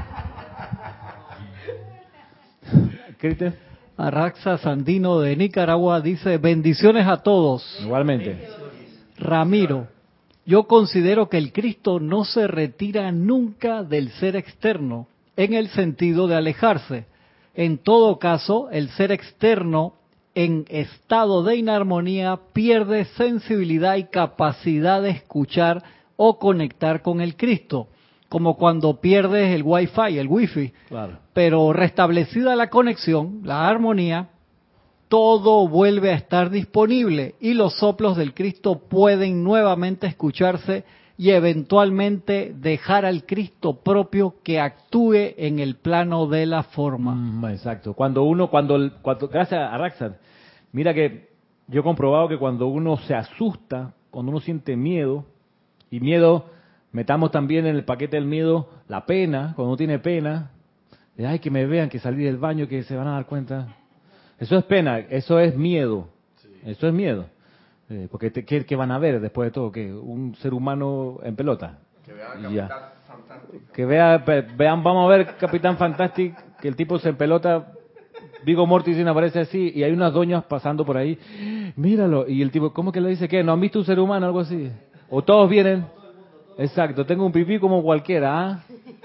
Cristian. Arraxa Sandino de Nicaragua dice, bendiciones a todos. Igualmente. Ramiro, yo considero que el Cristo no se retira nunca del ser externo, en el sentido de alejarse. En todo caso, el ser externo, en estado de inarmonía, pierde sensibilidad y capacidad de escuchar o conectar con el Cristo, como cuando pierdes el Wi-Fi, el Wi-Fi. Claro. Pero restablecida la conexión, la armonía, todo vuelve a estar disponible y los soplos del Cristo pueden nuevamente escucharse y eventualmente dejar al Cristo propio que actúe en el plano de la forma. Mm, exacto. Cuando uno, cuando, cuando gracias a Raxar, mira que yo he comprobado que cuando uno se asusta, cuando uno siente miedo, Y miedo, metamos también en el paquete del miedo la pena, cuando uno tiene pena, de, ay, que me vean, que salí del baño, que se van a dar cuenta. Eso es pena, eso es miedo, eso es miedo. Eh, porque te, ¿qué, ¿qué van a ver después de todo? Que un ser humano en pelota. Que vean Y ya. Capitán Fantástico. Que vea, ve- vean, vamos a ver Capitán Fantastic, que el tipo se empelota, Vigo Mortensen aparece así, y hay unas doñas pasando por ahí, míralo, y el tipo, ¿cómo que le dice qué? ¿No han visto un ser humano? Algo así. O todos vienen, exacto, tengo un pipí como cualquiera, ¿ah?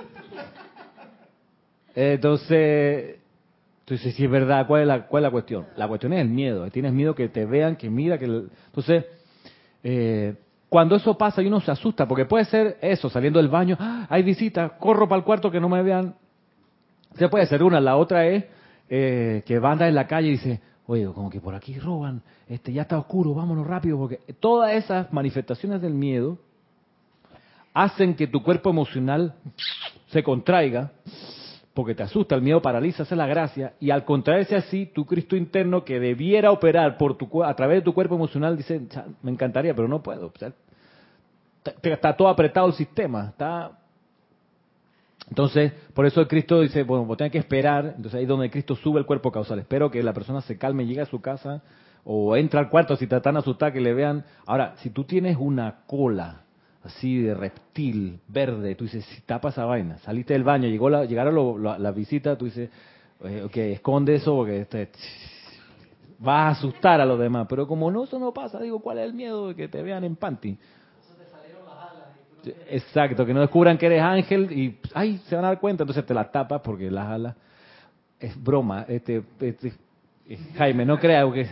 Entonces, entonces sí es verdad, ¿cuál es la, cuál es la cuestión? La cuestión es el miedo, tienes miedo que te vean, que mira, que... el- Entonces, eh, cuando eso pasa y uno se asusta, porque puede ser eso, saliendo del baño, ¡ah! Hay visita, corro para el cuarto que no me vean. Se puede ser una, la otra es eh, que va a andar en la calle y dice, oye, como que por aquí roban, este ya está oscuro, vámonos rápido, porque todas esas manifestaciones del miedo hacen que tu cuerpo emocional se contraiga, porque te asusta, el miedo paraliza, esa es la gracia, y al contraerse así, tu Cristo interno que debiera operar por tu, a través de tu cuerpo emocional dice, me encantaría, pero no puedo. O sea, está, está todo apretado el sistema, está... Entonces, por eso el Cristo dice, bueno, vos tenés que esperar, entonces ahí es donde Cristo sube el cuerpo causal. Espero que la persona se calme, llegue a su casa, o entra al cuarto si está tan asustada que le vean. Ahora, si tú tienes una cola así de reptil, verde, tú dices, si tapa esa vaina, saliste del baño, llegó la, llegaron lo, lo, la visita, tú dices, eh, ok, esconde eso porque este, vas a asustar a los demás. Pero como no, eso no pasa, digo, ¿cuál es el miedo de que te vean en panty? Exacto, que no descubran que eres ángel y ay, se van a dar cuenta, entonces te las tapas porque las alas es broma. Este, este Jaime, no crea que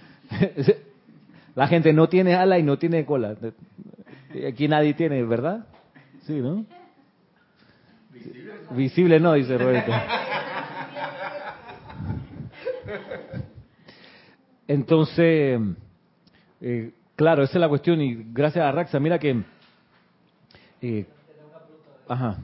la gente no tiene alas y no tiene cola. Aquí nadie tiene, ¿verdad? Sí, ¿no? Visible, Visible no, dice Roberto. Entonces, eh, claro, esa es la cuestión y gracias a Raxa, mira que eh, ajá.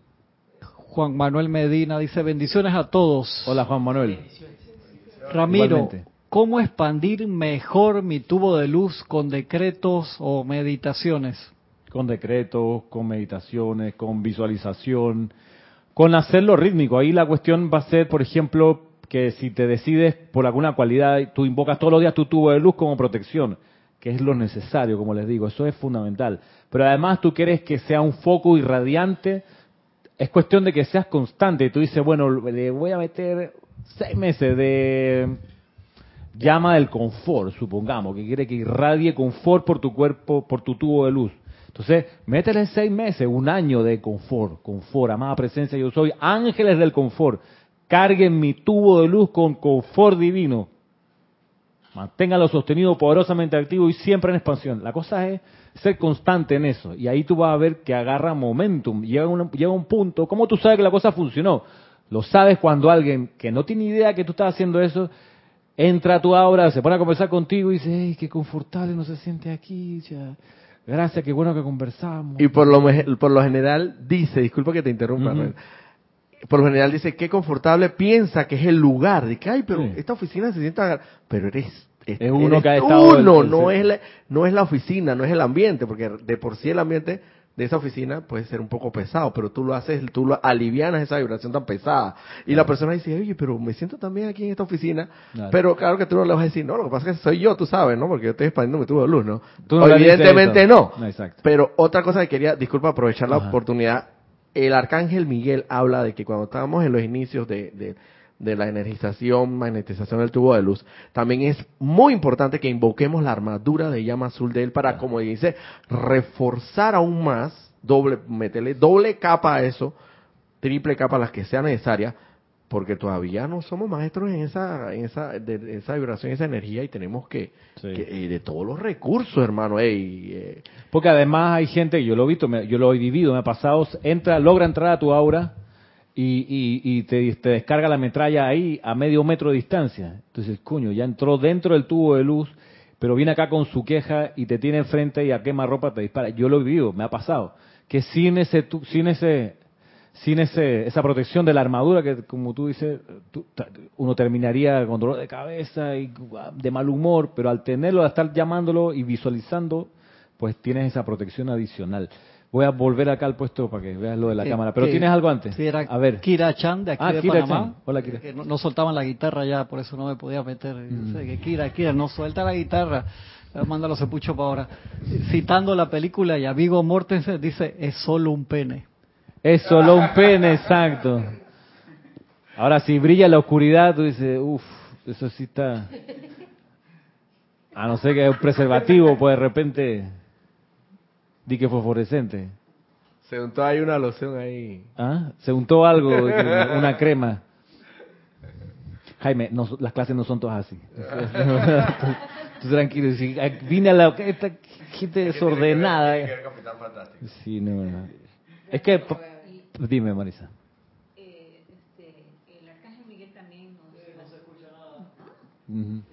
Juan Manuel Medina dice, bendiciones a todos. Hola Juan Manuel. Ramiro, Igualmente. ¿cómo expandir mejor mi tubo de luz con decretos o meditaciones? Con decretos, con meditaciones, con visualización, con hacerlo rítmico. Ahí la cuestión va a ser, por ejemplo, que si te decides por alguna cualidad, tú invocas todos los días tu tubo de luz como protección, que es lo necesario, como les digo, eso es fundamental. Pero además tú quieres que sea un foco irradiante, es cuestión de que seas constante. Tú dices, bueno, le voy a meter seis meses de llama del confort, supongamos, que quiere que irradie confort por tu cuerpo, por tu tubo de luz. Entonces, métele seis meses, un año de confort, confort, amada presencia, yo soy ángeles del confort. Carguen mi tubo de luz con confort divino. Manténganlo sostenido, poderosamente activo y siempre en expansión. La cosa es ser constante en eso. Y ahí tú vas a ver que agarra momentum. Llega un, llega un punto. ¿Cómo tú sabes que la cosa funcionó? Lo sabes cuando alguien que no tiene idea que tú estás haciendo eso, entra a tu aura, se pone a conversar contigo y dice, ¡ay, qué confortable no se siente aquí! Ya. Gracias, qué bueno que conversamos. Y por lo, me- por lo general dice, disculpa que te interrumpa, Ujú. Ren, por lo general dice, qué confortable, piensa que es el lugar, de que, ay, pero Sí. esta oficina se sienta, pero eres, es, Es uno eres que ha estado uno, el- el- no es la, no es la oficina, no es el ambiente, porque de por sí el ambiente de esa oficina puede ser un poco pesado, pero tú lo haces, tú lo alivianas esa vibración tan pesada. Y Claro. la persona dice, oye, pero me siento también aquí en esta oficina, Claro. pero claro que tú no le vas a decir, no, lo que pasa es que soy yo, tú sabes, ¿no? Porque yo estoy expandiendo mi tubo de luz, ¿no? Tú no le dices Evidentemente eso. no. No, exacto. Pero otra cosa que quería, disculpa, aprovechar la Ajá. oportunidad, el arcángel Miguel habla de que cuando estábamos en los inicios de, de, de la energización, magnetización del tubo de luz, también es muy importante que invoquemos la armadura de llama azul de él para, como dice, reforzar aún más, doble, meterle doble capa a eso, triple capa las que sea necesaria, porque todavía no somos maestros en esa, en esa, de, de esa vibración, esa energía, y tenemos que, Sí. que eh, de todos los recursos, hermano, ey, eh, Porque además hay gente, yo lo he visto, me- yo lo he vivido, me ha pasado, entra, logra entrar a tu aura y, y, y te, te descarga la metralla ahí a medio metro de distancia. Entonces, coño, ya entró dentro del tubo de luz, pero viene acá con su queja y te tiene enfrente y a quemarropa te dispara. Yo lo he vivido, me ha pasado. Que sin ese, tu- sin ese, sin ese, esa protección de la armadura, que como tú dices, tú- ta- uno terminaría con dolor de cabeza y de mal humor, pero al tenerlo, al estar llamándolo y visualizando, pues tienes esa protección adicional. Voy a volver acá al puesto para que veas lo de la que- cámara. Pero que- ¿tienes algo antes? Sí, era A ver. Kira Chan de aquí Ah, de Kira Panamá. Chan. Hola, Kira. Que no, no soltaban la guitarra ya, por eso no me podía meter. Mm. Dice que Kira, Kira, no suelta la guitarra. Mándalo se pucho para ahora. Citando la película, y a Viggo Mortensen dice, es solo un pene. Es solo un pene, exacto. Ahora, si brilla en la oscuridad, tú dices, uff, eso sí está... A no ser que es un preservativo, pues de repente... Di que fosforescente. Se untó ahí una loción ahí. ¿Ah? Se untó algo, una, una crema. Jaime, no, las clases no son todas así. tú, tú tranquilo. Si, vine a la... Esta gente desordenada. Sí, no, no. Es que... Dime, Marisa. Eh, este, el arcángel Miguel también nos, no se escucha nada. Uh-huh.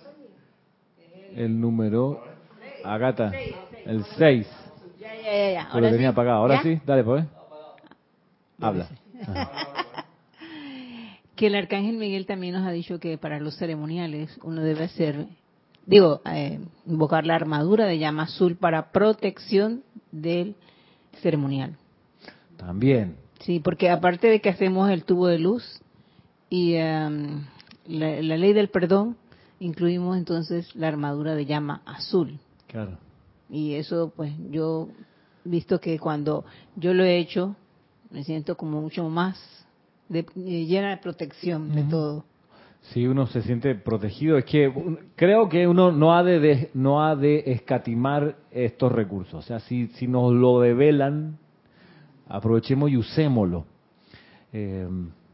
El número... Agata. El seis. Ya, ya, ya, ya. Lo Ahora tenía sí. apagado. Ahora ¿Ya? sí, dale pues. Habla. Ajá. Que el arcángel Miguel también nos ha dicho que para los ceremoniales uno debe hacer, digo, eh, invocar la armadura de llama azul para protección del ceremonial. También. Sí, porque aparte de que hacemos el tubo de luz y um, la, la ley del perdón, incluimos entonces la armadura de llama azul. Claro. Y eso, pues, yo he visto que cuando yo lo he hecho, me siento como mucho más de, eh, llena de protección de Ujú. todo. Sí, uno se siente protegido. Es que un- creo que uno no ha de, de- no ha de escatimar estos recursos. O sea, si, si nos lo develan, aprovechemos y usémoslo. Eh,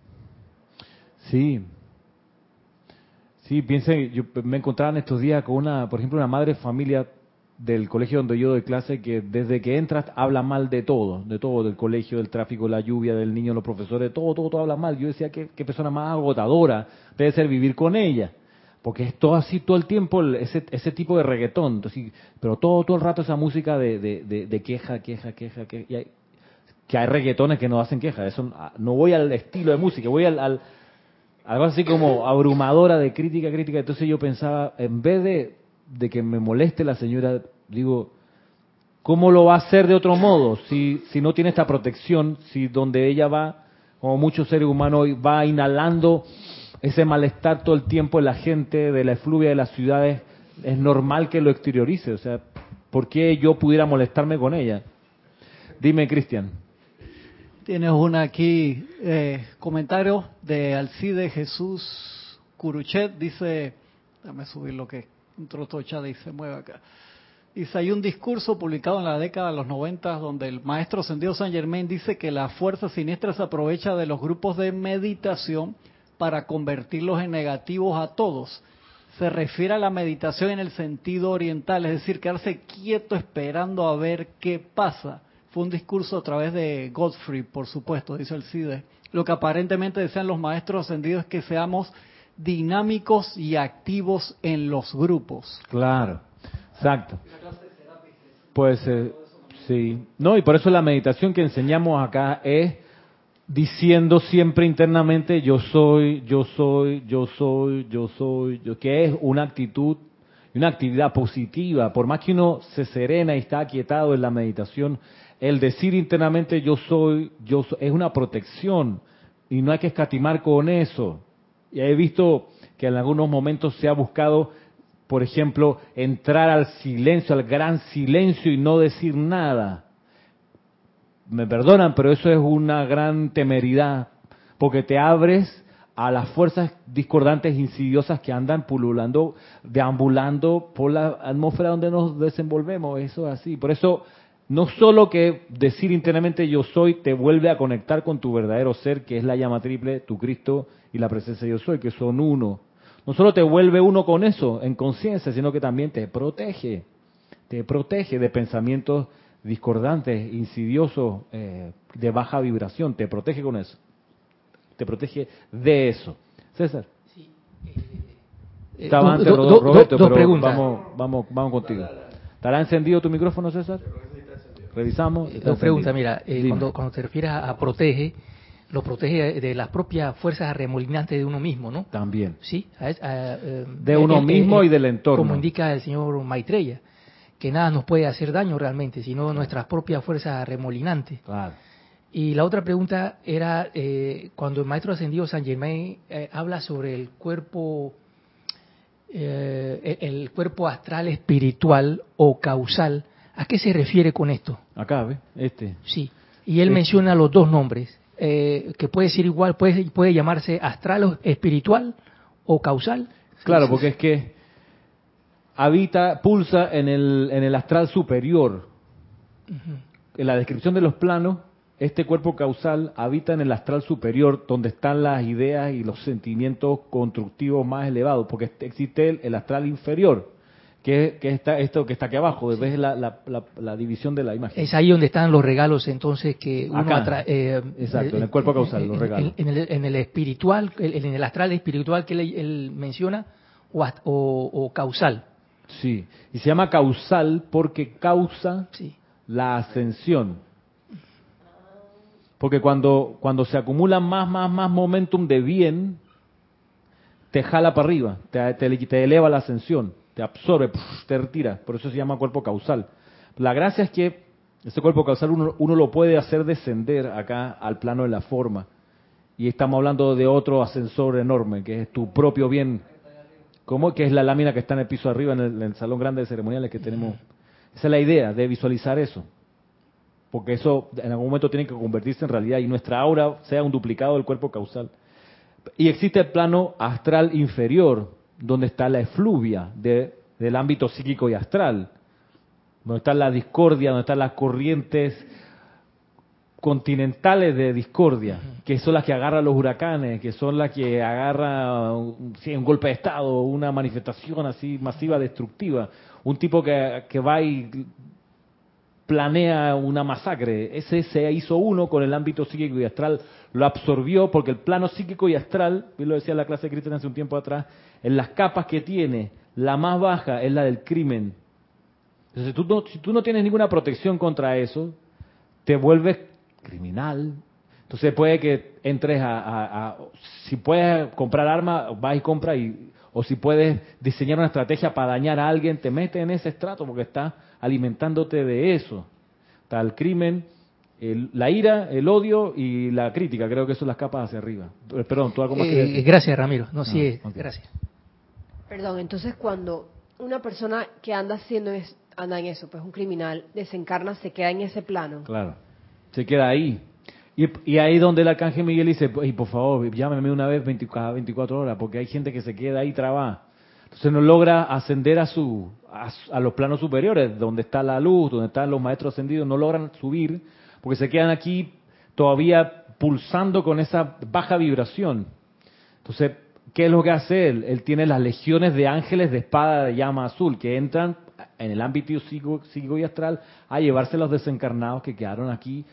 sí. Sí, piensen, yo me encontraba en estos días con una, por ejemplo, una madre de familia del colegio donde yo doy clase que desde que entras habla mal de todo, de todo, del colegio, del tráfico, la lluvia, del niño, los profesores, todo, todo, todo habla mal. Yo decía, qué, qué persona más agotadora debe ser vivir con ella, porque es todo así todo el tiempo, el- ese, ese tipo de reggaetón, entonces, pero todo, todo el rato esa música de, de, de, de queja, queja, queja, queja, y hay, que hay reggaetones que no hacen queja, eso, no voy al estilo de música, voy al, al algo así como abrumadora de crítica, crítica. Entonces yo pensaba, en vez de, de que me moleste la señora, digo, ¿cómo lo va a hacer de otro modo? Si, si no tiene esta protección, si donde ella va, como muchos seres humanos, va inhalando ese malestar todo el tiempo en la gente, de la efluvia de las ciudades, es normal que lo exteriorice. O sea, ¿por qué yo pudiera molestarme con ella? Dime, Cristian. Tienes una aquí, eh, comentario de Alcide Jesús Curuchet, dice, déjame subir lo que un trozo de chat y se mueve acá. Dice, hay un discurso publicado en la década de los noventa donde el maestro ascendido Saint Germain dice que la fuerza siniestra se aprovecha de los grupos de meditación para convertirlos en negativos a todos. Se refiere a la meditación en el sentido oriental, es decir, quedarse quieto esperando a ver qué pasa. Fue un discurso a través de Godfrey, por supuesto, dice el CIDE. Lo que aparentemente desean los maestros ascendidos es que seamos dinámicos y activos en los grupos. Claro, exacto. Pues eh, sí. No, y por eso la meditación que enseñamos acá es diciendo siempre internamente yo soy, yo soy, yo soy, yo soy, yo, que es una actitud y una actividad positiva. Por más que uno se serena y está aquietado en la meditación, el decir internamente yo soy, yo soy, es una protección y no hay que escatimar con eso. Y he visto que en algunos momentos se ha buscado, por ejemplo, entrar al silencio, al gran silencio y no decir nada. Me perdonan, pero eso es una gran temeridad, porque te abres a las fuerzas discordantes insidiosas que andan pululando, deambulando por la atmósfera donde nos desenvolvemos. Eso es así. Por eso, no solo que decir internamente yo soy te vuelve a conectar con tu verdadero ser, que es la llama triple, tu Cristo y la presencia yo soy, que son uno. No solo te vuelve uno con eso, en conciencia, sino que también te protege. Te protege de pensamientos discordantes, insidiosos, eh, de baja vibración. Te protege con eso. Te protege de eso. César. Sí, eh, Estaba do- antes do- Ro- do- Roberto, dos pero preguntas. vamos, vamos, vamos contigo. ¿Estará encendido tu micrófono, César? Revisamos. Eh, Está Dos preguntas, encendido. mira, eh, Dime. cuando, cuando te refieres a, a protege, lo protege de las propias fuerzas arremolinantes de uno mismo, ¿no? También. Sí, a- a- eh, De uno él- mismo él- y del entorno. Como indica el señor Maitreya, que nada nos puede hacer daño realmente, sino nuestras propias fuerzas arremolinantes. Claro. Y la otra pregunta era, eh, cuando el maestro ascendido Saint Germain eh, habla sobre el cuerpo, eh, el, el cuerpo astral espiritual o causal, ¿a qué se refiere con esto? Acá, ¿ves? Este. Sí, y él Este. menciona los dos nombres, eh, que puede ser igual, puede, puede llamarse astral o espiritual o causal. Claro, porque es que habita, pulsa en el, en el astral superior. Ujú. En la descripción de los planos, este cuerpo causal habita en el astral superior, donde están las ideas y los sentimientos constructivos más elevados, porque existe el, el astral inferior, que, que está esto que está aquí abajo, ves la, la, la, la división de la imagen. Es ahí donde están los regalos, entonces, que uno Acá. atra- eh, Exacto, eh, en el cuerpo causal, los en- regalos. En, en el, en el espiritual, en el astral espiritual que él, él menciona, o, ast- o, o causal. Sí, y se llama causal porque causa Sí. la ascensión. Porque cuando, cuando se acumula más, más, más momentum de bien, te jala para arriba, te, te, te eleva la ascensión, te absorbe, puf, te retira. Por eso se llama cuerpo causal. La gracia es que ese cuerpo causal uno, uno lo puede hacer descender acá al plano de la forma. Y estamos hablando de otro ascensor enorme, que es tu propio bien. ¿Cómo? Que es la lámina que está en el piso de arriba, en el, en el salón grande de ceremoniales que tenemos. Esa es la idea, de visualizar eso. Porque eso en algún momento tiene que convertirse en realidad y nuestra aura sea un duplicado del cuerpo causal. Y existe el plano astral inferior, donde está la efluvia de, del ámbito psíquico y astral, donde está la discordia, donde están las corrientes continentales de discordia, que son las que agarran los huracanes, que son las que agarran un, sí, un golpe de estado, una manifestación así masiva destructiva, un tipo que, que va y planea una masacre. Ese se hizo uno con el ámbito psíquico y astral, lo absorbió porque el plano psíquico y astral, yo lo decía en la clase de Cristian hace un tiempo atrás, en las capas que tiene, la más baja es la del crimen. Entonces, tú no, si tú no tienes ninguna protección contra eso, te vuelves criminal. Entonces puede que entres a, a, a si puedes comprar armas, vas y compras, y, o si puedes diseñar una estrategia para dañar a alguien, te metes en ese estrato porque estás alimentándote de eso. Está el crimen, el, la ira, el odio y la crítica, creo que son las capas hacia arriba. Perdón, ¿tú algo más querías Eh, decir? gracias, Ramiro. No, Ah, sí, eh, ok. gracias. Perdón, entonces cuando una persona que anda haciendo es- anda en eso, pues un criminal desencarna, se queda en ese plano. Claro, se queda ahí. Y, y ahí donde el Arcángel Miguel dice, y por favor, llámeme una vez veinte cada veinticuatro horas, porque hay gente que se queda ahí trabada. Entonces no logra ascender a su a, su- a los planos superiores, donde está la luz, donde están los maestros ascendidos, no logran subir, porque se quedan aquí todavía pulsando con esa baja vibración. Entonces, ¿qué es lo que hace él? Él tiene las legiones de ángeles de espada de llama azul, que entran en el ámbito psíquico, psíquico y astral a llevarse los desencarnados que quedaron aquí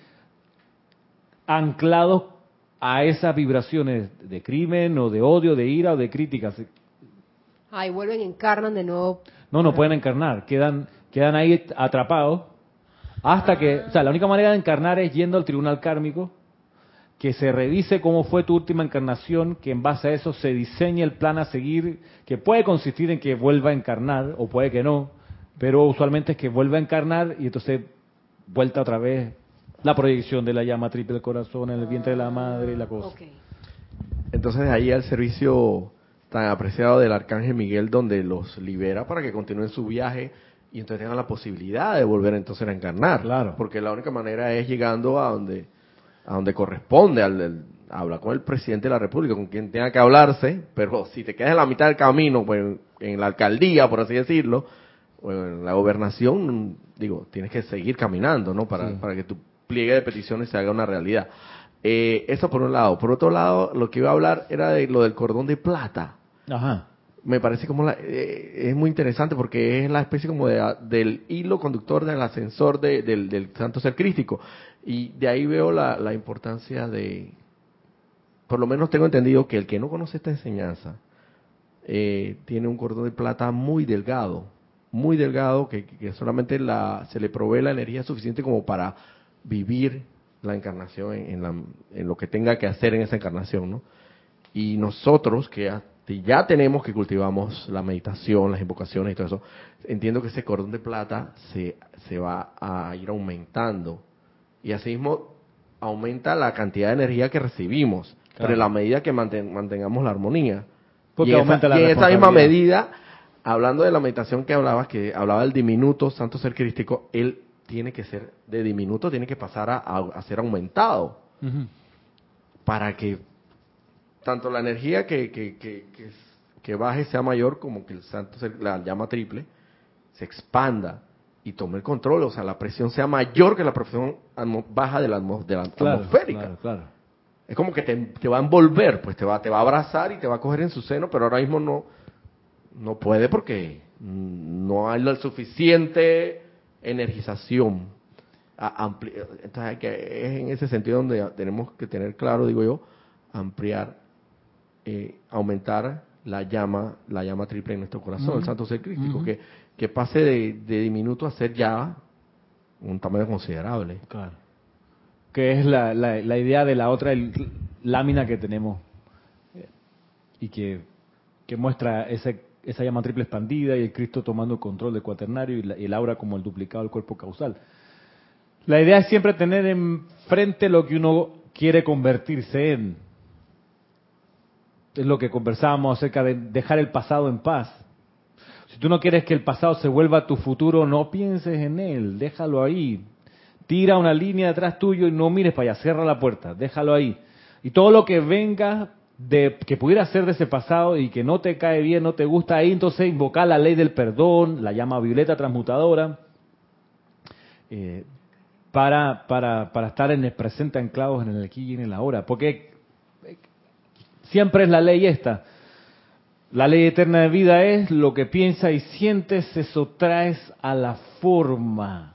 anclados a esas vibraciones de crimen o de odio, de ira o de crítica. Ahí vuelven, encarnan de nuevo. No, no pueden encarnar, quedan, quedan ahí atrapados hasta que, o sea, la única manera de encarnar es yendo al tribunal kármico, que se revise cómo fue tu última encarnación, que en base a eso se diseñe el plan a seguir, que puede consistir en que vuelva a encarnar o puede que no, pero usualmente es que vuelva a encarnar y entonces vuelta otra vez la proyección de la llama triple del corazón en el vientre de la madre y la cosa. Ok. Entonces ahí el servicio tan apreciado del Arcángel Miguel, donde los libera para que continúen su viaje y entonces tengan la posibilidad de volver entonces a encarnar. Claro. Porque la única manera es llegando a donde a donde corresponde, al, al- habla con el presidente de la República, con quien tenga que hablarse, pero si te quedas en la mitad del camino, pues en la alcaldía, por así decirlo, o en la gobernación, digo, tienes que seguir caminando, ¿no? Para, Sí. para que tu pliegue de peticiones se haga una realidad. Eh, eso por un lado. Por otro lado, lo que iba a hablar era de lo del cordón de plata. Ajá. Me parece como la, eh, es muy interesante porque es la especie como de, del hilo conductor del ascensor de- del, del santo ser crístico. Y de ahí veo la, la importancia de, por lo menos tengo entendido que el que no conoce esta enseñanza eh, tiene un cordón de plata muy delgado, muy delgado, que, que solamente la, se le provee la energía suficiente como para vivir la encarnación en, en, la, en lo que tenga que hacer en esa encarnación, ¿no? Y nosotros que ya si ya tenemos que cultivamos la meditación, las invocaciones y todo eso, entiendo que ese cordón de plata se, se va a ir aumentando. Y así mismo aumenta la cantidad de energía que recibimos, claro, pero en la medida que manten, mantengamos la armonía. Porque y en aumenta esa, la y en esa misma responsabilidad. medida, hablando de la meditación que hablabas, que hablaba del diminuto, santo ser crístico, él tiene que ser, de diminuto tiene que pasar a, a, a ser aumentado. Uh-huh. Para que tanto la energía que, que, que, que, que baje sea mayor, como que el santo ser, la llama triple, se expanda y tome el control, o sea, la presión sea mayor que la presión baja de la, de la claro, atmosférica. Claro, claro. Es como que te, te va a envolver, pues te va, te va a abrazar y te va a coger en su seno, pero ahora mismo no, no puede porque no hay la suficiente energización. Ampli- Entonces hay que, es en ese sentido donde tenemos que tener claro, digo yo, ampliar, eh, aumentar la llama, la llama triple en nuestro corazón, uh-huh. el santo ser crístico, uh-huh. que, que pase de, de diminuto a ser ya un tamaño considerable. Claro. Que es la, la, la idea de la otra el, lámina que tenemos y que, que muestra ese, esa llama triple expandida y el Cristo tomando el control del cuaternario y, la, y el aura como el duplicado del cuerpo causal. La idea es siempre tener enfrente lo que uno quiere convertirse en. Es lo que conversábamos acerca de dejar el pasado en paz. Si tú no quieres que el pasado se vuelva tu futuro, no pienses en él, déjalo ahí. Tira una línea detrás tuyo y no mires para allá, cierra la puerta, déjalo ahí. Y todo lo que venga de que pudiera ser de ese pasado y que no te cae bien, no te gusta, ahí entonces invocar la ley del perdón, la llama violeta transmutadora, eh, para, para, para estar en el presente anclados en el aquí y en el ahora. Porque siempre es la ley esta. La ley eterna de vida es lo que piensas y sientes, eso traes a la forma.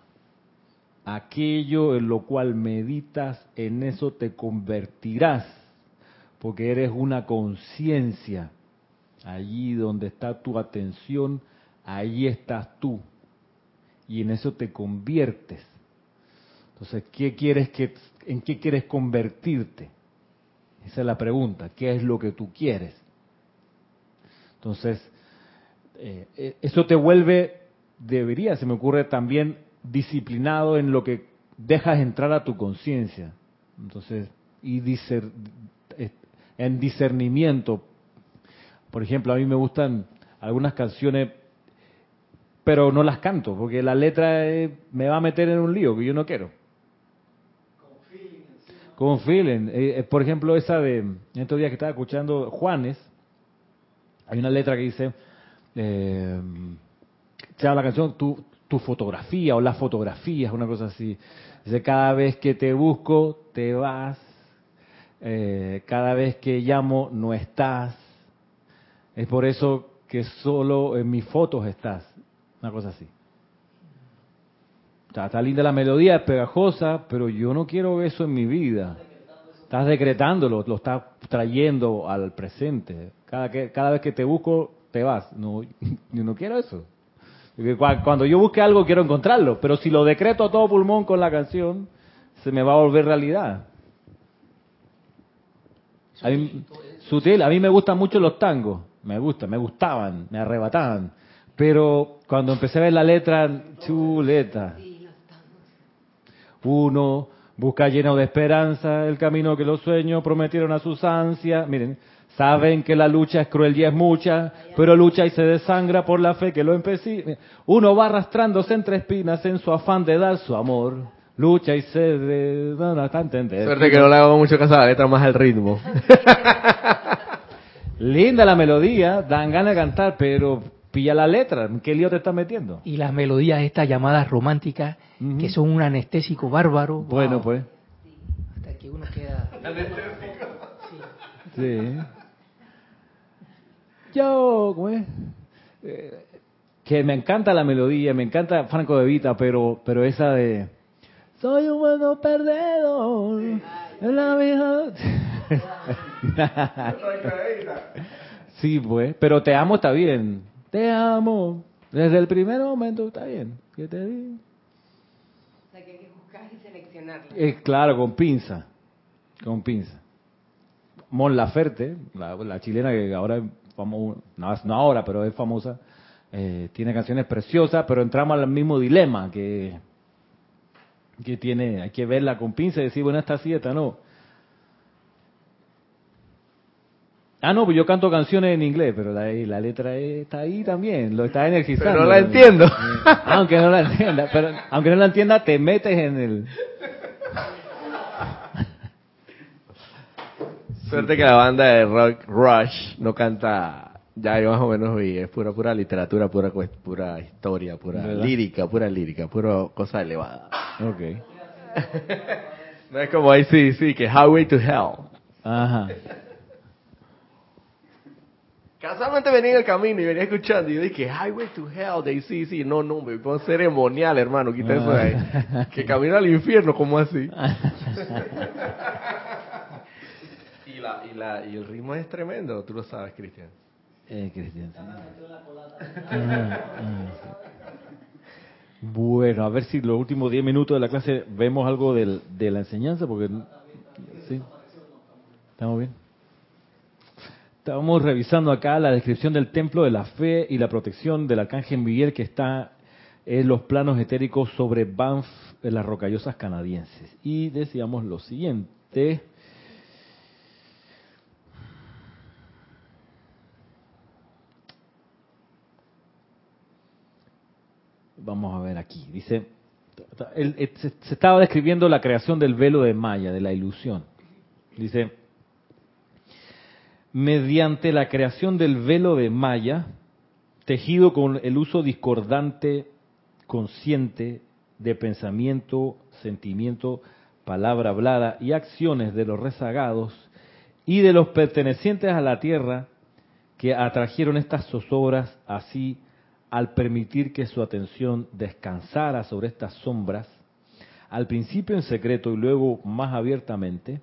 Aquello en lo cual meditas, en eso te convertirás, porque eres una conciencia. Allí donde está tu atención, allí estás tú. Y en eso te conviertes. Entonces, ¿qué quieres que, ¿en qué quieres convertirte? Esa es la pregunta. ¿Qué es lo que tú quieres? Entonces, eh, eso te vuelve, debería, se me ocurre también, disciplinado en lo que dejas entrar a tu conciencia. Entonces, y discer, en discernimiento. Por ejemplo, a mí me gustan algunas canciones, pero no las canto, porque la letra eh, me va a meter en un lío que yo no quiero. Con feeling. Con feeling. Eh, por ejemplo, esa de, en estos días que estaba escuchando Juanes, hay una letra que dice, eh, se llama la canción, tu, tu fotografía o las fotografías, una cosa así. Dice, cada vez que te busco, te vas. Eh, cada vez que llamo, no estás. Es por eso que solo en mis fotos estás. Una cosa así. O sea, está linda la melodía, es pegajosa, pero yo no quiero eso en mi vida. Estás decretándolo, lo estás trayendo al presente. Cada, que, cada vez que te busco, te vas. No, yo no quiero eso. Porque cuando yo busque algo, quiero encontrarlo. Pero si lo decreto a todo pulmón con la canción, se me va a volver realidad. A mí, sutil, a mí me gustan mucho los tangos. Me gustan, me gustaban, me arrebataban. Pero cuando empecé a ver la letra, chuleta. Uno busca lleno de esperanza el camino que los sueños prometieron a sus ansias. Miren, saben que la lucha es cruel y es mucha, pero lucha y se desangra por la fe que lo empecina. Uno va arrastrándose entre espinas en su afán de dar su amor. Lucha y se de... no, no está a entender. Suerte que no le hago mucho caso a la letra, más el ritmo. Linda la melodía, dan ganas de cantar, pero pilla la letra, ¿qué lío te estás metiendo? Y las melodías estas llamadas románticas, uh-huh, que son un anestésico bárbaro. Bueno, wow, pues. Hasta que uno queda... Sí. Sí. Yo, ¿cómo es? Eh, que me encanta la melodía, me encanta Franco De Vita, pero, pero esa de... Soy un bueno perdedor. En la vida... Sí, pues, pero te amo está bien. Te amo. Desde el primer momento está bien. ¿Qué te digo? O sea, que hay que buscar y seleccionarla. Eh, claro, con pinza. Con pinza. Mon Laferte, la, la chilena que ahora famosa, no, no ahora, pero es famosa, eh, tiene canciones preciosas, pero entramos al mismo dilema que, que tiene, hay que verla con pinza y decir, bueno, esta sí, esta no. Ah, no, pues yo canto canciones en inglés, pero la, la letra está ahí también, lo está energizando. Pero no la entiendo. Aunque no la entienda, pero aunque no la entienda, te metes en el... Suerte que la banda de rock Rush no canta, ya yo más o menos vi, es pura pura literatura, pura pura historia, pura ¿verdad? lírica, pura lírica, pura cosa elevada. Ok. No es como ahí sí, sí, que Highway to Hell. Ajá. Casualmente venía en el camino y venía escuchando y yo dije, Highway to Hell, de sí, sí, no, no, me pongo ceremonial, hermano, quita eso de ahí. Que camino al infierno, ¿cómo así? y, la, y, la, y el ritmo es tremendo, tú lo sabes, Cristian. Eh, Cristian. Ajá, ajá, sí. Bueno, a ver si los últimos diez minutos de la clase vemos algo del, de la enseñanza, porque... ¿Sí? ¿Estamos bien? Estábamos revisando acá la descripción del templo de la fe y la protección del arcángel Miguel que está en los planos etéricos sobre Banff, en las rocallosas canadienses. Y decíamos lo siguiente. Vamos a ver aquí. Dice, el, el, se, se estaba describiendo la creación del velo de Maya, de la ilusión. Dice... Mediante la creación del velo de Maya, tejido con el uso discordante, consciente, de pensamiento, sentimiento, palabra hablada y acciones de los rezagados y de los pertenecientes a la tierra que atrajeron estas zozobras, así al permitir que su atención descansara sobre estas sombras, al principio en secreto y luego más abiertamente,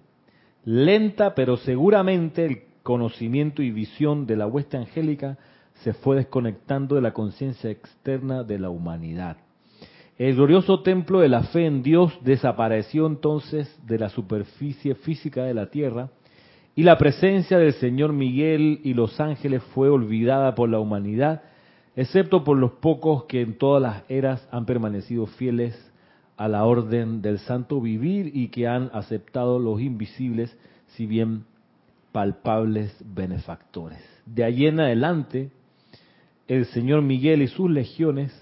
lenta pero seguramente el conocimiento y visión de la hueste angélica se fue desconectando de la conciencia externa de la humanidad. El glorioso templo de la fe en Dios desapareció entonces de la superficie física de la tierra y la presencia del Señor Miguel y los ángeles fue olvidada por la humanidad, excepto por los pocos que en todas las eras han permanecido fieles a la orden del santo vivir y que han aceptado los invisibles, si bien palpables benefactores. De allí en adelante, el Señor Miguel y sus legiones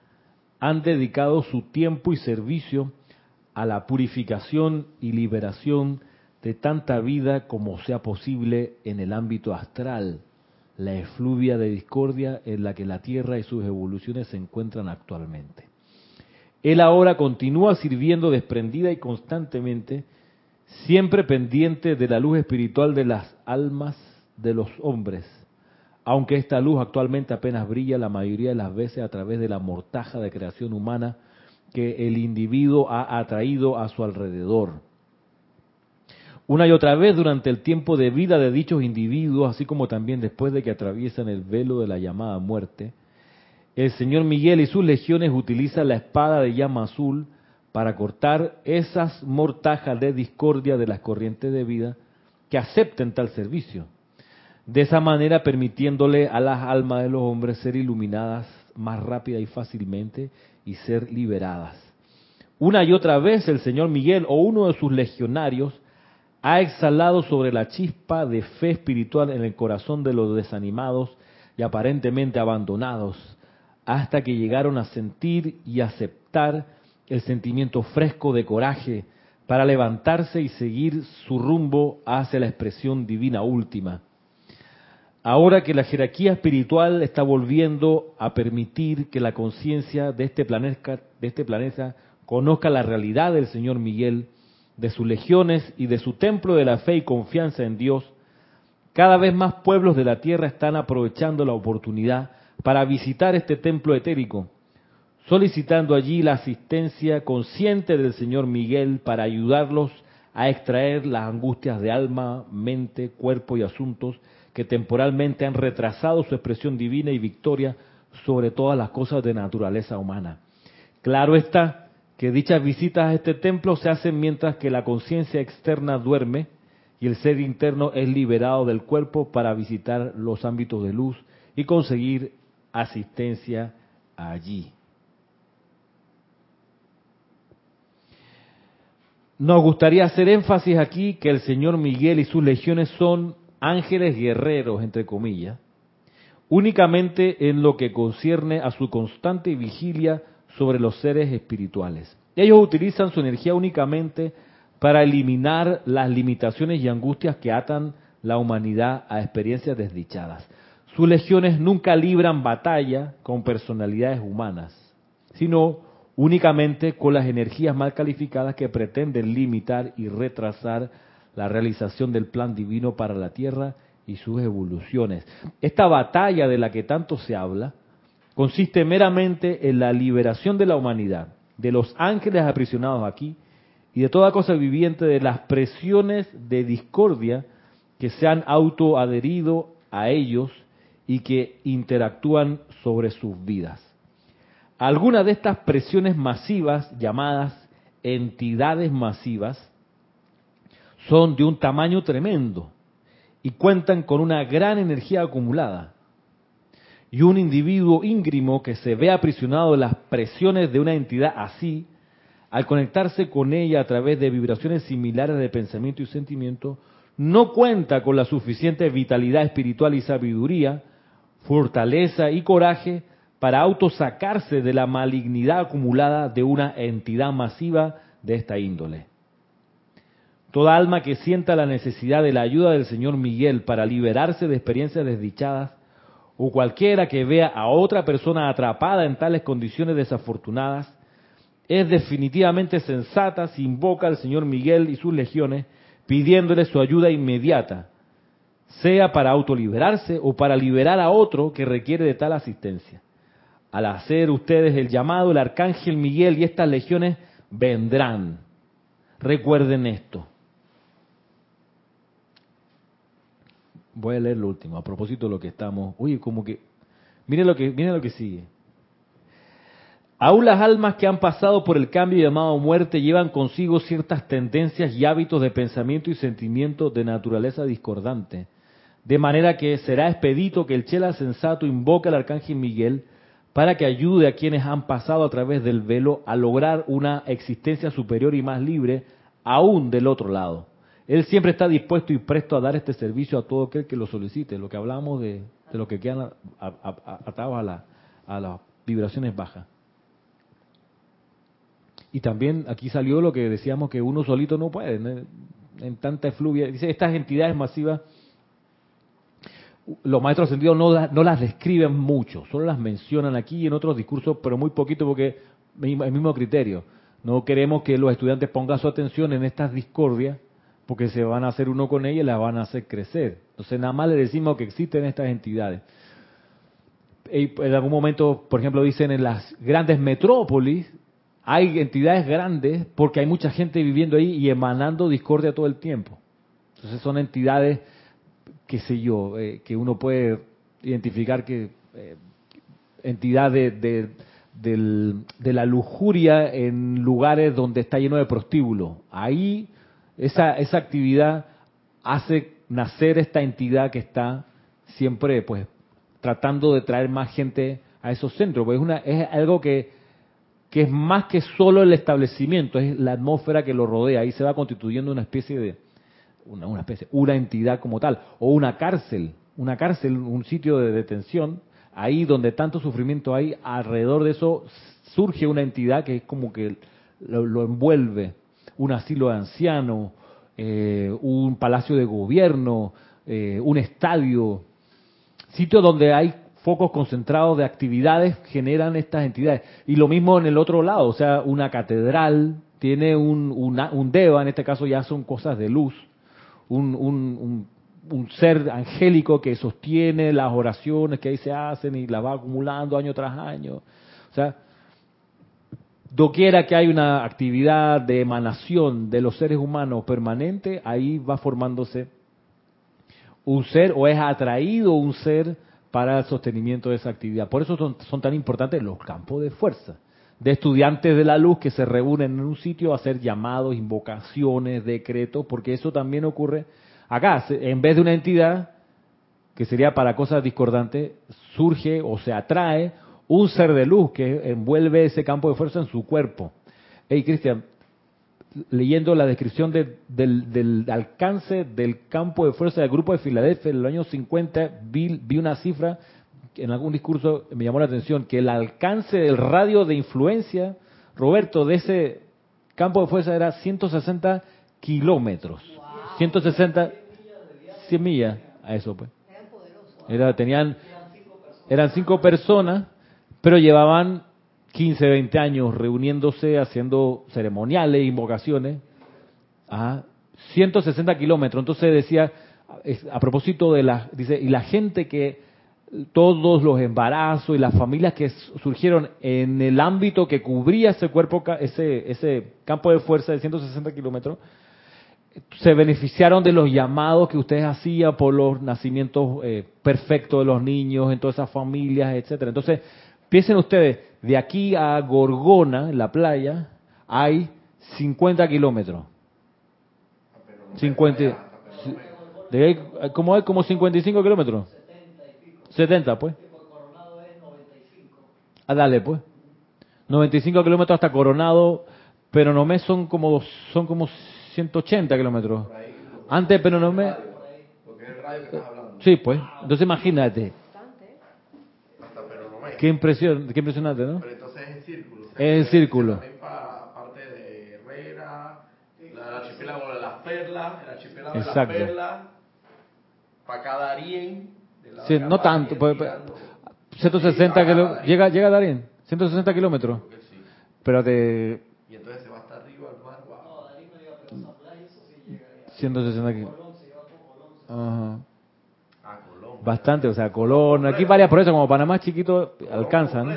han dedicado su tiempo y servicio a la purificación y liberación de tanta vida como sea posible en el ámbito astral, la efluvia de discordia en la que la Tierra y sus evoluciones se encuentran actualmente. Él ahora continúa sirviendo desprendida y constantemente, siempre pendiente de la luz espiritual de las almas de los hombres, aunque esta luz actualmente apenas brilla la mayoría de las veces a través de la mortaja de creación humana que el individuo ha atraído a su alrededor. Una y otra vez durante el tiempo de vida de dichos individuos, así como también después de que atraviesan el velo de la llamada muerte, el Señor Miguel y sus legiones utilizan la espada de llama azul para cortar esas mortajas de discordia de las corrientes de vida que acepten tal servicio. De esa manera permitiéndole a las almas de los hombres ser iluminadas más rápida y fácilmente y ser liberadas. Una y otra vez el Señor Miguel o uno de sus legionarios ha exhalado sobre la chispa de fe espiritual en el corazón de los desanimados y aparentemente abandonados, hasta que llegaron a sentir y aceptar el sentimiento fresco de coraje para levantarse y seguir su rumbo hacia la expresión divina última. Ahora que la jerarquía espiritual está volviendo a permitir que la conciencia de este planeta, de este planeta conozca la realidad del Señor Miguel, de sus legiones y de su templo de la fe y confianza en Dios, cada vez más pueblos de la tierra están aprovechando la oportunidad para visitar este templo etérico, solicitando allí la asistencia consciente del Señor Miguel para ayudarlos a extraer las angustias de alma, mente, cuerpo y asuntos que temporalmente han retrasado su expresión divina y victoria sobre todas las cosas de naturaleza humana. Claro está que dichas visitas a este templo se hacen mientras que la conciencia externa duerme y el ser interno es liberado del cuerpo para visitar los ámbitos de luz y conseguir asistencia allí. Nos gustaría hacer énfasis aquí que el Señor Miguel y sus legiones son ángeles guerreros, entre comillas, únicamente en lo que concierne a su constante vigilia sobre los seres espirituales. Ellos utilizan su energía únicamente para eliminar las limitaciones y angustias que atan la humanidad a experiencias desdichadas. Sus legiones nunca libran batalla con personalidades humanas, sino únicamente con las energías mal calificadas que pretenden limitar y retrasar la realización del plan divino para la Tierra y sus evoluciones. Esta batalla de la que tanto se habla consiste meramente en la liberación de la humanidad, de los ángeles aprisionados aquí y de toda cosa viviente de las presiones de discordia que se han autoadherido a ellos y que interactúan sobre sus vidas. Algunas de estas presiones masivas, llamadas entidades masivas, son de un tamaño tremendo y cuentan con una gran energía acumulada. Y un individuo íngrimo que se ve aprisionado en las presiones de una entidad así, al conectarse con ella a través de vibraciones similares de pensamiento y sentimiento, no cuenta con la suficiente vitalidad espiritual y sabiduría, fortaleza y coraje para autosacarse de la malignidad acumulada de una entidad masiva de esta índole. Toda alma que sienta la necesidad de la ayuda del Señor Miguel para liberarse de experiencias desdichadas, o cualquiera que vea a otra persona atrapada en tales condiciones desafortunadas, es definitivamente sensata si invoca al Señor Miguel y sus legiones pidiéndole su ayuda inmediata, sea para autoliberarse o para liberar a otro que requiere de tal asistencia. Al hacer ustedes el llamado, el Arcángel Miguel y estas legiones vendrán. Recuerden esto. Voy a leer lo último, a propósito de lo que estamos... Uy, como que... Miren lo que, miren lo que sigue. Aún las almas que han pasado por el cambio llamado muerte llevan consigo ciertas tendencias y hábitos de pensamiento y sentimiento de naturaleza discordante. De manera que será expedito que el Chela sensato invoque al Arcángel Miguel para que ayude a quienes han pasado a través del velo a lograr una existencia superior y más libre, aún del otro lado. Él siempre está dispuesto y presto a dar este servicio a todo aquel que lo solicite, lo que hablamos de, de los que quedan a, a, a, atados a, la, a las vibraciones bajas. Y también aquí salió lo que decíamos que uno solito no puede, ¿no? En tanta efluvia. Dice, estas entidades masivas, los maestros ascendidos no, no las describen mucho, solo las mencionan aquí y en otros discursos, pero muy poquito porque el mismo criterio. No queremos que los estudiantes pongan su atención en estas discordias, porque se van a hacer uno con ellas y las van a hacer crecer. Entonces nada más le decimos que existen estas entidades. Y en algún momento, por ejemplo, dicen en las grandes metrópolis, hay entidades grandes porque hay mucha gente viviendo ahí y emanando discordia todo el tiempo. Entonces son entidades, qué sé yo, eh, que uno puede identificar que eh, entidades de, de, del, de la lujuria en lugares donde está lleno de prostíbulos. Ahí esa, esa actividad hace nacer esta entidad que está siempre pues tratando de traer más gente a esos centros. Pues es, una, es algo que que es más que solo el establecimiento, es la atmósfera que lo rodea. Ahí se va constituyendo una especie de, una, una especie, una entidad como tal, o una cárcel, una cárcel, un sitio de detención, ahí donde tanto sufrimiento hay, alrededor de eso surge una entidad que es como que lo, lo envuelve, un asilo de ancianos, eh, un palacio de gobierno, eh, un estadio, sitio donde hay focos concentrados de actividades generan estas entidades. Y lo mismo en el otro lado, o sea, una catedral tiene un, una, un deva, en este caso ya son cosas de luz, un, un, un, un ser angélico que sostiene las oraciones que ahí se hacen y las va acumulando año tras año. O sea, doquiera que hay una actividad de emanación de los seres humanos permanente, ahí va formándose un ser o es atraído un ser para el sostenimiento de esa actividad. Por eso son, son tan importantes los campos de fuerza, de estudiantes de la luz que se reúnen en un sitio a hacer llamados, invocaciones, decretos, porque eso también ocurre acá. En vez de una entidad que sería para cosas discordantes, surge o se atrae un ser de luz que envuelve ese campo de fuerza en su cuerpo. Hey, Cristian, leyendo la descripción de, del, del alcance del campo de fuerza del grupo de Filadelfia en los años cincuenta, vi, vi una cifra, en algún discurso me llamó la atención, que el alcance del radio de influencia, Roberto, de ese campo de fuerza era ciento sesenta kilómetros. Wow. ciento sesenta, cien millas, a eso pues. Era, tenían, eran cinco personas, pero llevaban quince, veinte años reuniéndose, haciendo ceremoniales, invocaciones. Ajá, ciento sesenta kilómetros. Entonces decía, a propósito de la, dice, y la gente que, todos los embarazos y las familias que surgieron en el ámbito que cubría ese cuerpo, ese, ese campo de fuerza de ciento sesenta kilómetros, se beneficiaron de los llamados que ustedes hacían por los nacimientos eh, perfectos de los niños en todas esas familias, etcétera. Entonces, piensen ustedes, de aquí a Gorgona, en la playa, hay cincuenta kilómetros. cincuenta. De ahí, ¿cómo hay? Como cincuenta y cinco kilómetros. setenta, pues. Ah, dale, pues. noventa y cinco kilómetros hasta Coronado, pero no me son como son como ciento ochenta kilómetros. Antes, pero no me. Porque es el radio que estás hablando. Sí, pues. Entonces imagínate. Hasta Peronomé. Qué impresión, qué impresionante, ¿no? Pero entonces es en círculo. Es en círculo. También para parte de Herrera, la archipiélago de las Perlas, el archipiélago de las Exacto. Perlas, para acá Darien. Sí, no tanto. Pues, ciento sesenta kilómetros. ¿Llega, llega a Darien? ciento sesenta kilómetros. Sí. Pero de. Y entonces se va hasta arriba al mar. Wow. No, Darien no llega, pero esa playa, eso sí llega. ciento sesenta kilómetros. Ajá. Ah, Colón. Bastante, o sea, Colón, aquí varias por eso, como Panamá es chiquito, alcanzan.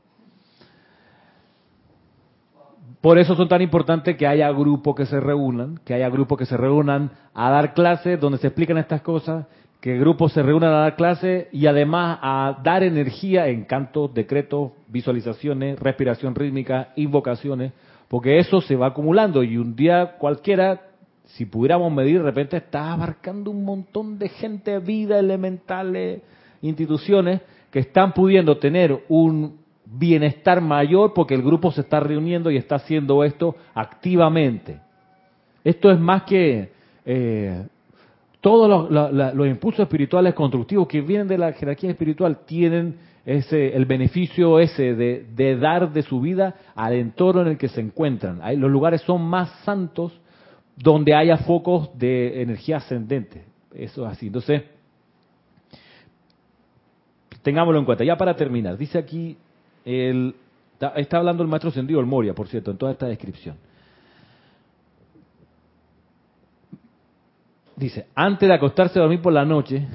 Por eso son tan importantes que haya grupos que se reúnan, que haya grupos que se reúnan a dar clases donde se explican estas cosas, que grupos se reúnan a dar clases y además a dar energía en cantos, decretos, visualizaciones, respiración rítmica, invocaciones, porque eso se va acumulando y un día cualquiera, si pudiéramos medir, de repente está abarcando un montón de gente, vida, elementales, instituciones, que están pudiendo tener un bienestar mayor porque el grupo se está reuniendo y está haciendo esto activamente. Esto es más que eh, todos los, la, la, los impulsos espirituales constructivos que vienen de la jerarquía espiritual tienen ese, el beneficio ese de, de dar de su vida al entorno en el que se encuentran. Hay, los lugares son más santos donde haya focos de energía ascendente. Eso es así. Entonces, tengámoslo en cuenta. Ya para terminar, dice aquí, el, está hablando el maestro ascendido, el Moria, por cierto, en toda esta descripción. Dice, antes de acostarse a dormir por la noche,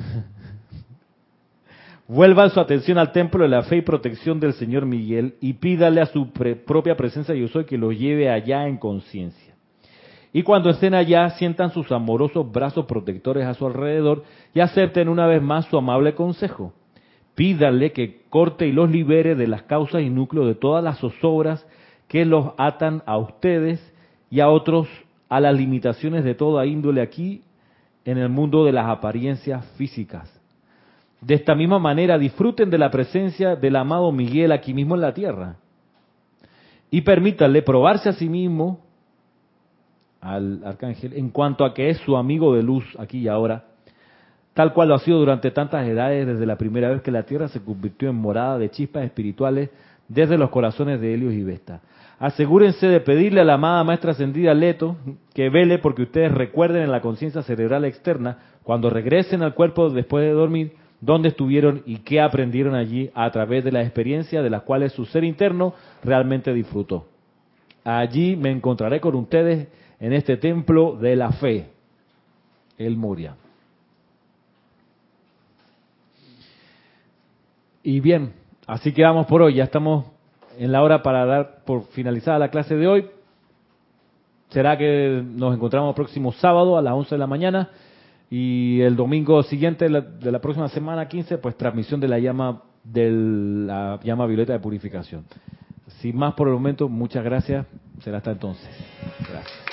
vuelvan su atención al templo de la fe y protección del Señor Miguel y pídale a su pre propia presencia yo soy que los lleve allá en conciencia. Y cuando estén allá, sientan sus amorosos brazos protectores a su alrededor y acepten una vez más su amable consejo. Pídale que corte y los libere de las causas y núcleos de todas las zozobras que los atan a ustedes y a otros a las limitaciones de toda índole aquí en el mundo de las apariencias físicas. De esta misma manera, disfruten de la presencia del amado Miguel aquí mismo en la tierra y permítanle probarse a sí mismo, al arcángel, en cuanto a que es su amigo de luz aquí y ahora, tal cual lo ha sido durante tantas edades desde la primera vez que la Tierra se convirtió en morada de chispas espirituales desde los corazones de Helios y Vesta. Asegúrense de pedirle a la amada Maestra Ascendida Leto que vele porque ustedes recuerden en la conciencia cerebral externa, cuando regresen al cuerpo después de dormir, dónde estuvieron y qué aprendieron allí a través de la experiencia de las cuales su ser interno realmente disfrutó. Allí me encontraré con ustedes en este templo de la fe, el Moria. Y bien, así que vamos por hoy, ya estamos en la hora para dar por finalizada la clase de hoy. Será que nos encontramos el próximo sábado a las once de la mañana y el domingo siguiente de la, de la próxima semana quince, pues transmisión de la llama de la llama violeta de purificación. Sin más por el momento, muchas gracias. Será hasta entonces. Gracias.